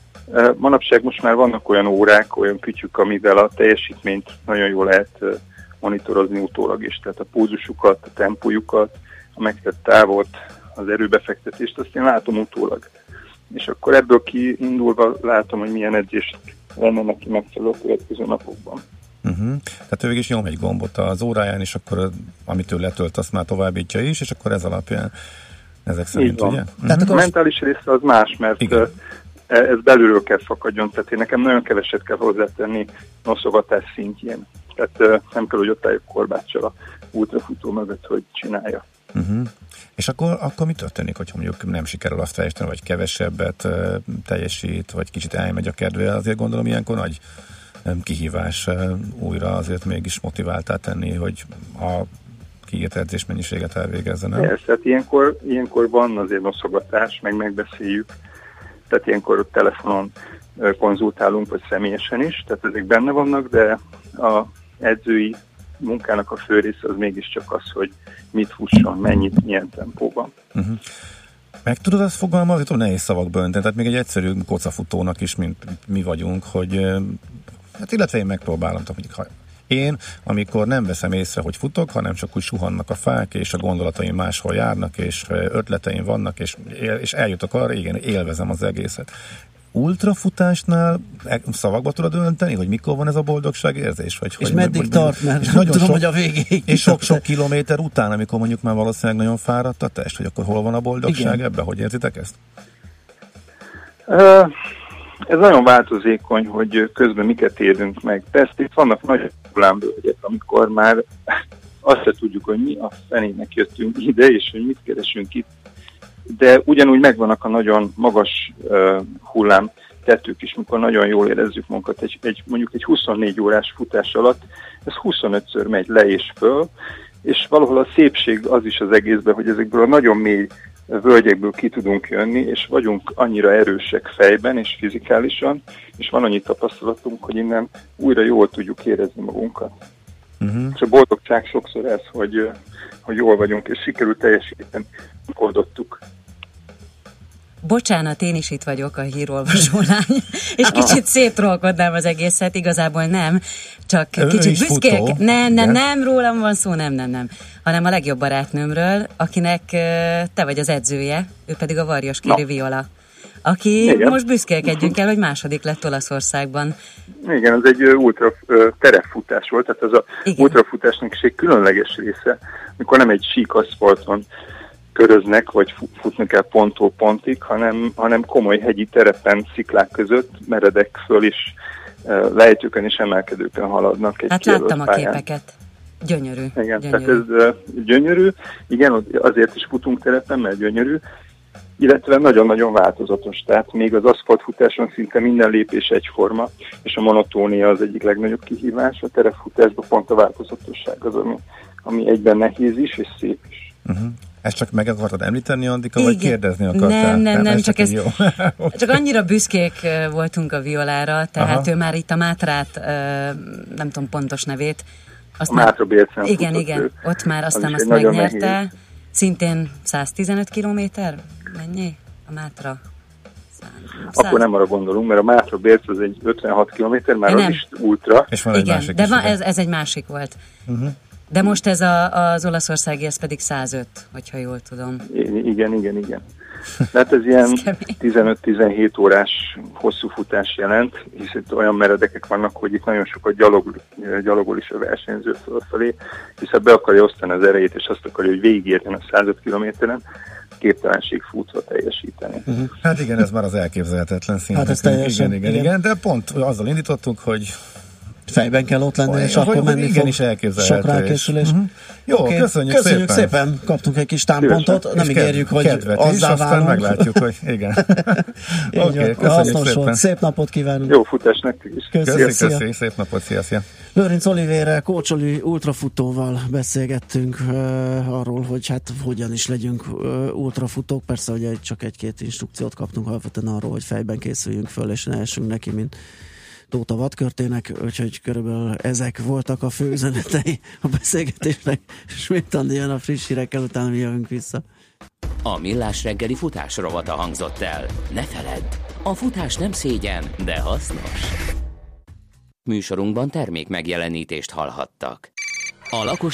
Manapság most már vannak olyan órák, olyan kütyük, amivel a teljesítményt nagyon jól lehet monitorozni utólag is, tehát a pulzusukat, a tempójukat, a megtett távot, az erőbefektetést, azt én látom utólag. És akkor ebből kiindulva látom, hogy milyen edzést lenne neki megfelelő a következő napokban. Uh-huh. Tehát ő is nyom egy gombot az óráján, és akkor amit ő letölt, azt már továbbítja is, és akkor ez alapján ezek szerint, ugye? Uh-huh. Tehát a mentális része az más, mert igen. Ez belülről kell fakadjon, tehát én nekem nagyon keveset kell hozzátenni noszogatás szintjén. Tehát nem kell, hogy ott álljak korbáccsal a ultrafutó mögött, hogy csinálja. Uh-huh. És akkor, akkor mi történik, hogyha mondjuk nem sikerül azt teljesíteni, vagy kevesebbet uh, teljesít, vagy kicsit elmegy a kedve, azért gondolom ilyenkor nagy um, kihívás uh, újra azért mégis motiváltá tenni, hogy a kiírt edzésmennyiséget elvégezze, nem? Persze, tehát ilyenkor, ilyenkor van azért noszogatás, meg megbeszéljük, tehát ilyenkor telefonon uh, konzultálunk, vagy személyesen is, tehát ezek benne vannak, de a edzői munkának a fő része az mégiscsak az, hogy mit fusson, mennyit, milyen tempóban. Uh-huh. Meg tudod azt fogalmazni, hogy nehéz szavakba önteni, tehát még egy egyszerű kocafutónak is, mint mi vagyunk, hogy hát illetve én megpróbálom, hogy ha én, amikor nem veszem észre, hogy futok, hanem csak úgy suhannak a fák, és a gondolataim máshol járnak, és ötleteim vannak, és, és eljutok arra, igen, élvezem az egészet. Ultrafutásnál szavakba tudod önteni, hogy mikor van ez a boldogság érzés? Vagy és hogy, meddig vagy, tart, mert és nagyon tudom, sok, hogy a végéig. És sok-sok kilométer után, amikor mondjuk már valószínűleg nagyon fáradt a test, hogy akkor hol van a boldogság ebben? Hogy érzitek ezt? Uh, ez nagyon változékony, hogy közben miket érünk meg. Persze itt vannak nagy hullámvölgyek, amikor már azt se tudjuk, hogy mi a fenének jöttünk ide, és hogy mit keresünk itt. De ugyanúgy megvannak a nagyon magas uh, hullám tettők is, mikor nagyon jól érezzük magunkat. Egy, egy, mondjuk egy huszonnégy órás futás alatt ez huszonötször megy le és föl, és valahol a szépség az is az egészben, hogy ezekből a nagyon mély völgyekből ki tudunk jönni, és vagyunk annyira erősek fejben és fizikálisan, és van annyi tapasztalatunk, hogy innen újra jól tudjuk érezni magunkat. Uh-huh. És a boldogság sokszor ez, hogy, hogy jól vagyunk, és sikerült teljesíteni, oldottuk. Bocsánat, én is itt vagyok, a hírolvasó lány, és kicsit szétrolkodnám az egészet, igazából nem, csak kicsit büszkék. Nem, nem, nem, rólam van szó, nem, nem, nem, hanem a legjobb barátnőmről, akinek te vagy az edzője, ő pedig a Varjaskéri Viola, aki igen. Most büszkélkedjünk el, hogy második lett Olaszországban. Igen, ez egy ultra terepfutás volt, tehát ez a igen. ultrafutásnak is egy különleges része, mikor nem egy sík aszfalton köröznek, vagy futni kell ponttól pontig, hanem, hanem komoly hegyi terepen, sziklák között, meredek föl is, lejtőkön és emelkedőkön haladnak. Egy hát láttam a pályán. Képeket. Gyönyörű. Igen, gyönyörű. tehát ez uh, gyönyörű. Igen, azért is futunk terepen, mert gyönyörű, illetve nagyon-nagyon változatos. Tehát még az aszfaltfutáson szinte minden lépés egyforma, és a monotónia az egyik legnagyobb kihívás. A terepfutásban pont a változatosság az, ami, ami egyben nehéz is, és szép is. Uh-huh. Ezt csak meg akartad említeni, Andika, igen. Vagy kérdezni akartál? Nem, nem, nem, csak, ez, csak annyira büszkék voltunk a Violára, tehát aha. Ő már itt a Mátrát, nem tudom pontos nevét. Azt a Mátra Bélcen igen, igen, ő. Ott már aztán azt megnyerte. Nehéz. Szintén száztizenöt kilométer, mennyi a Mátra? Száz. Akkor nem arra gondolunk, mert a Mátra Bélc az egy ötvenhat kilométer, már az is ultra. És van igen, egy de van, ez, ez egy másik volt. Uh-huh. De most ez a, az olaszországi, ez pedig százöt, hogyha jól tudom. Igen, igen, igen. Tehát ez ilyen tizenöt-tizenhét órás hosszú futás jelent, hisz itt olyan meredekek vannak, hogy itt nagyon sokat gyalog, gyalogol is a versenyző fölfelé, hiszen be akarja osztani az erejét, és azt akarja, hogy végigérjen a százöt kilométeren, képtelenség futva teljesíteni. Uh-huh. Hát igen, ez már az elképzelhetetlen szint. Hát ez teljesen. Igen, igen, igen, igen, de pont azzal indítottunk, hogy fejben kell ott lenni, Olyan, és akkor menni igen, fog. is elképzelhető. Sok rákészülés. Uh-huh. Jó, okay. köszönjük, köszönjük szépen. szépen. Kaptunk egy kis támpontot. Nem ígérjük, hogy azzá válunk. Meglátjuk, hogy igen. Oké, okay, köszönjük szépen. Szép napot kívánunk. Jó futás nektek is. Köszönjük, köszönjük, szép napot, szia, szia. Lőrinc Olivérrel, Kócsoli ultrafutóval beszélgettünk uh, arról, hogy hát hogyan is legyünk uh, ultrafutók. Persze, hogy csak egy-két instrukciót kaptunk alapvetően arról, hogy fejben készüljünk föl, és ne essünk neki, mint Tóta Vadkörtének, úgyhogy körülbelül ezek voltak a fő üzenetei a beszélgetésnek. Schmidt Andi jön a friss hírekkel, utána mi jövünk vissza. A Millás reggeli futás rovata hangzott el. Ne feledd, a futás nem szégyen, de hasznos. Műsorunkban termék megjelenítést hallhattak. A lakos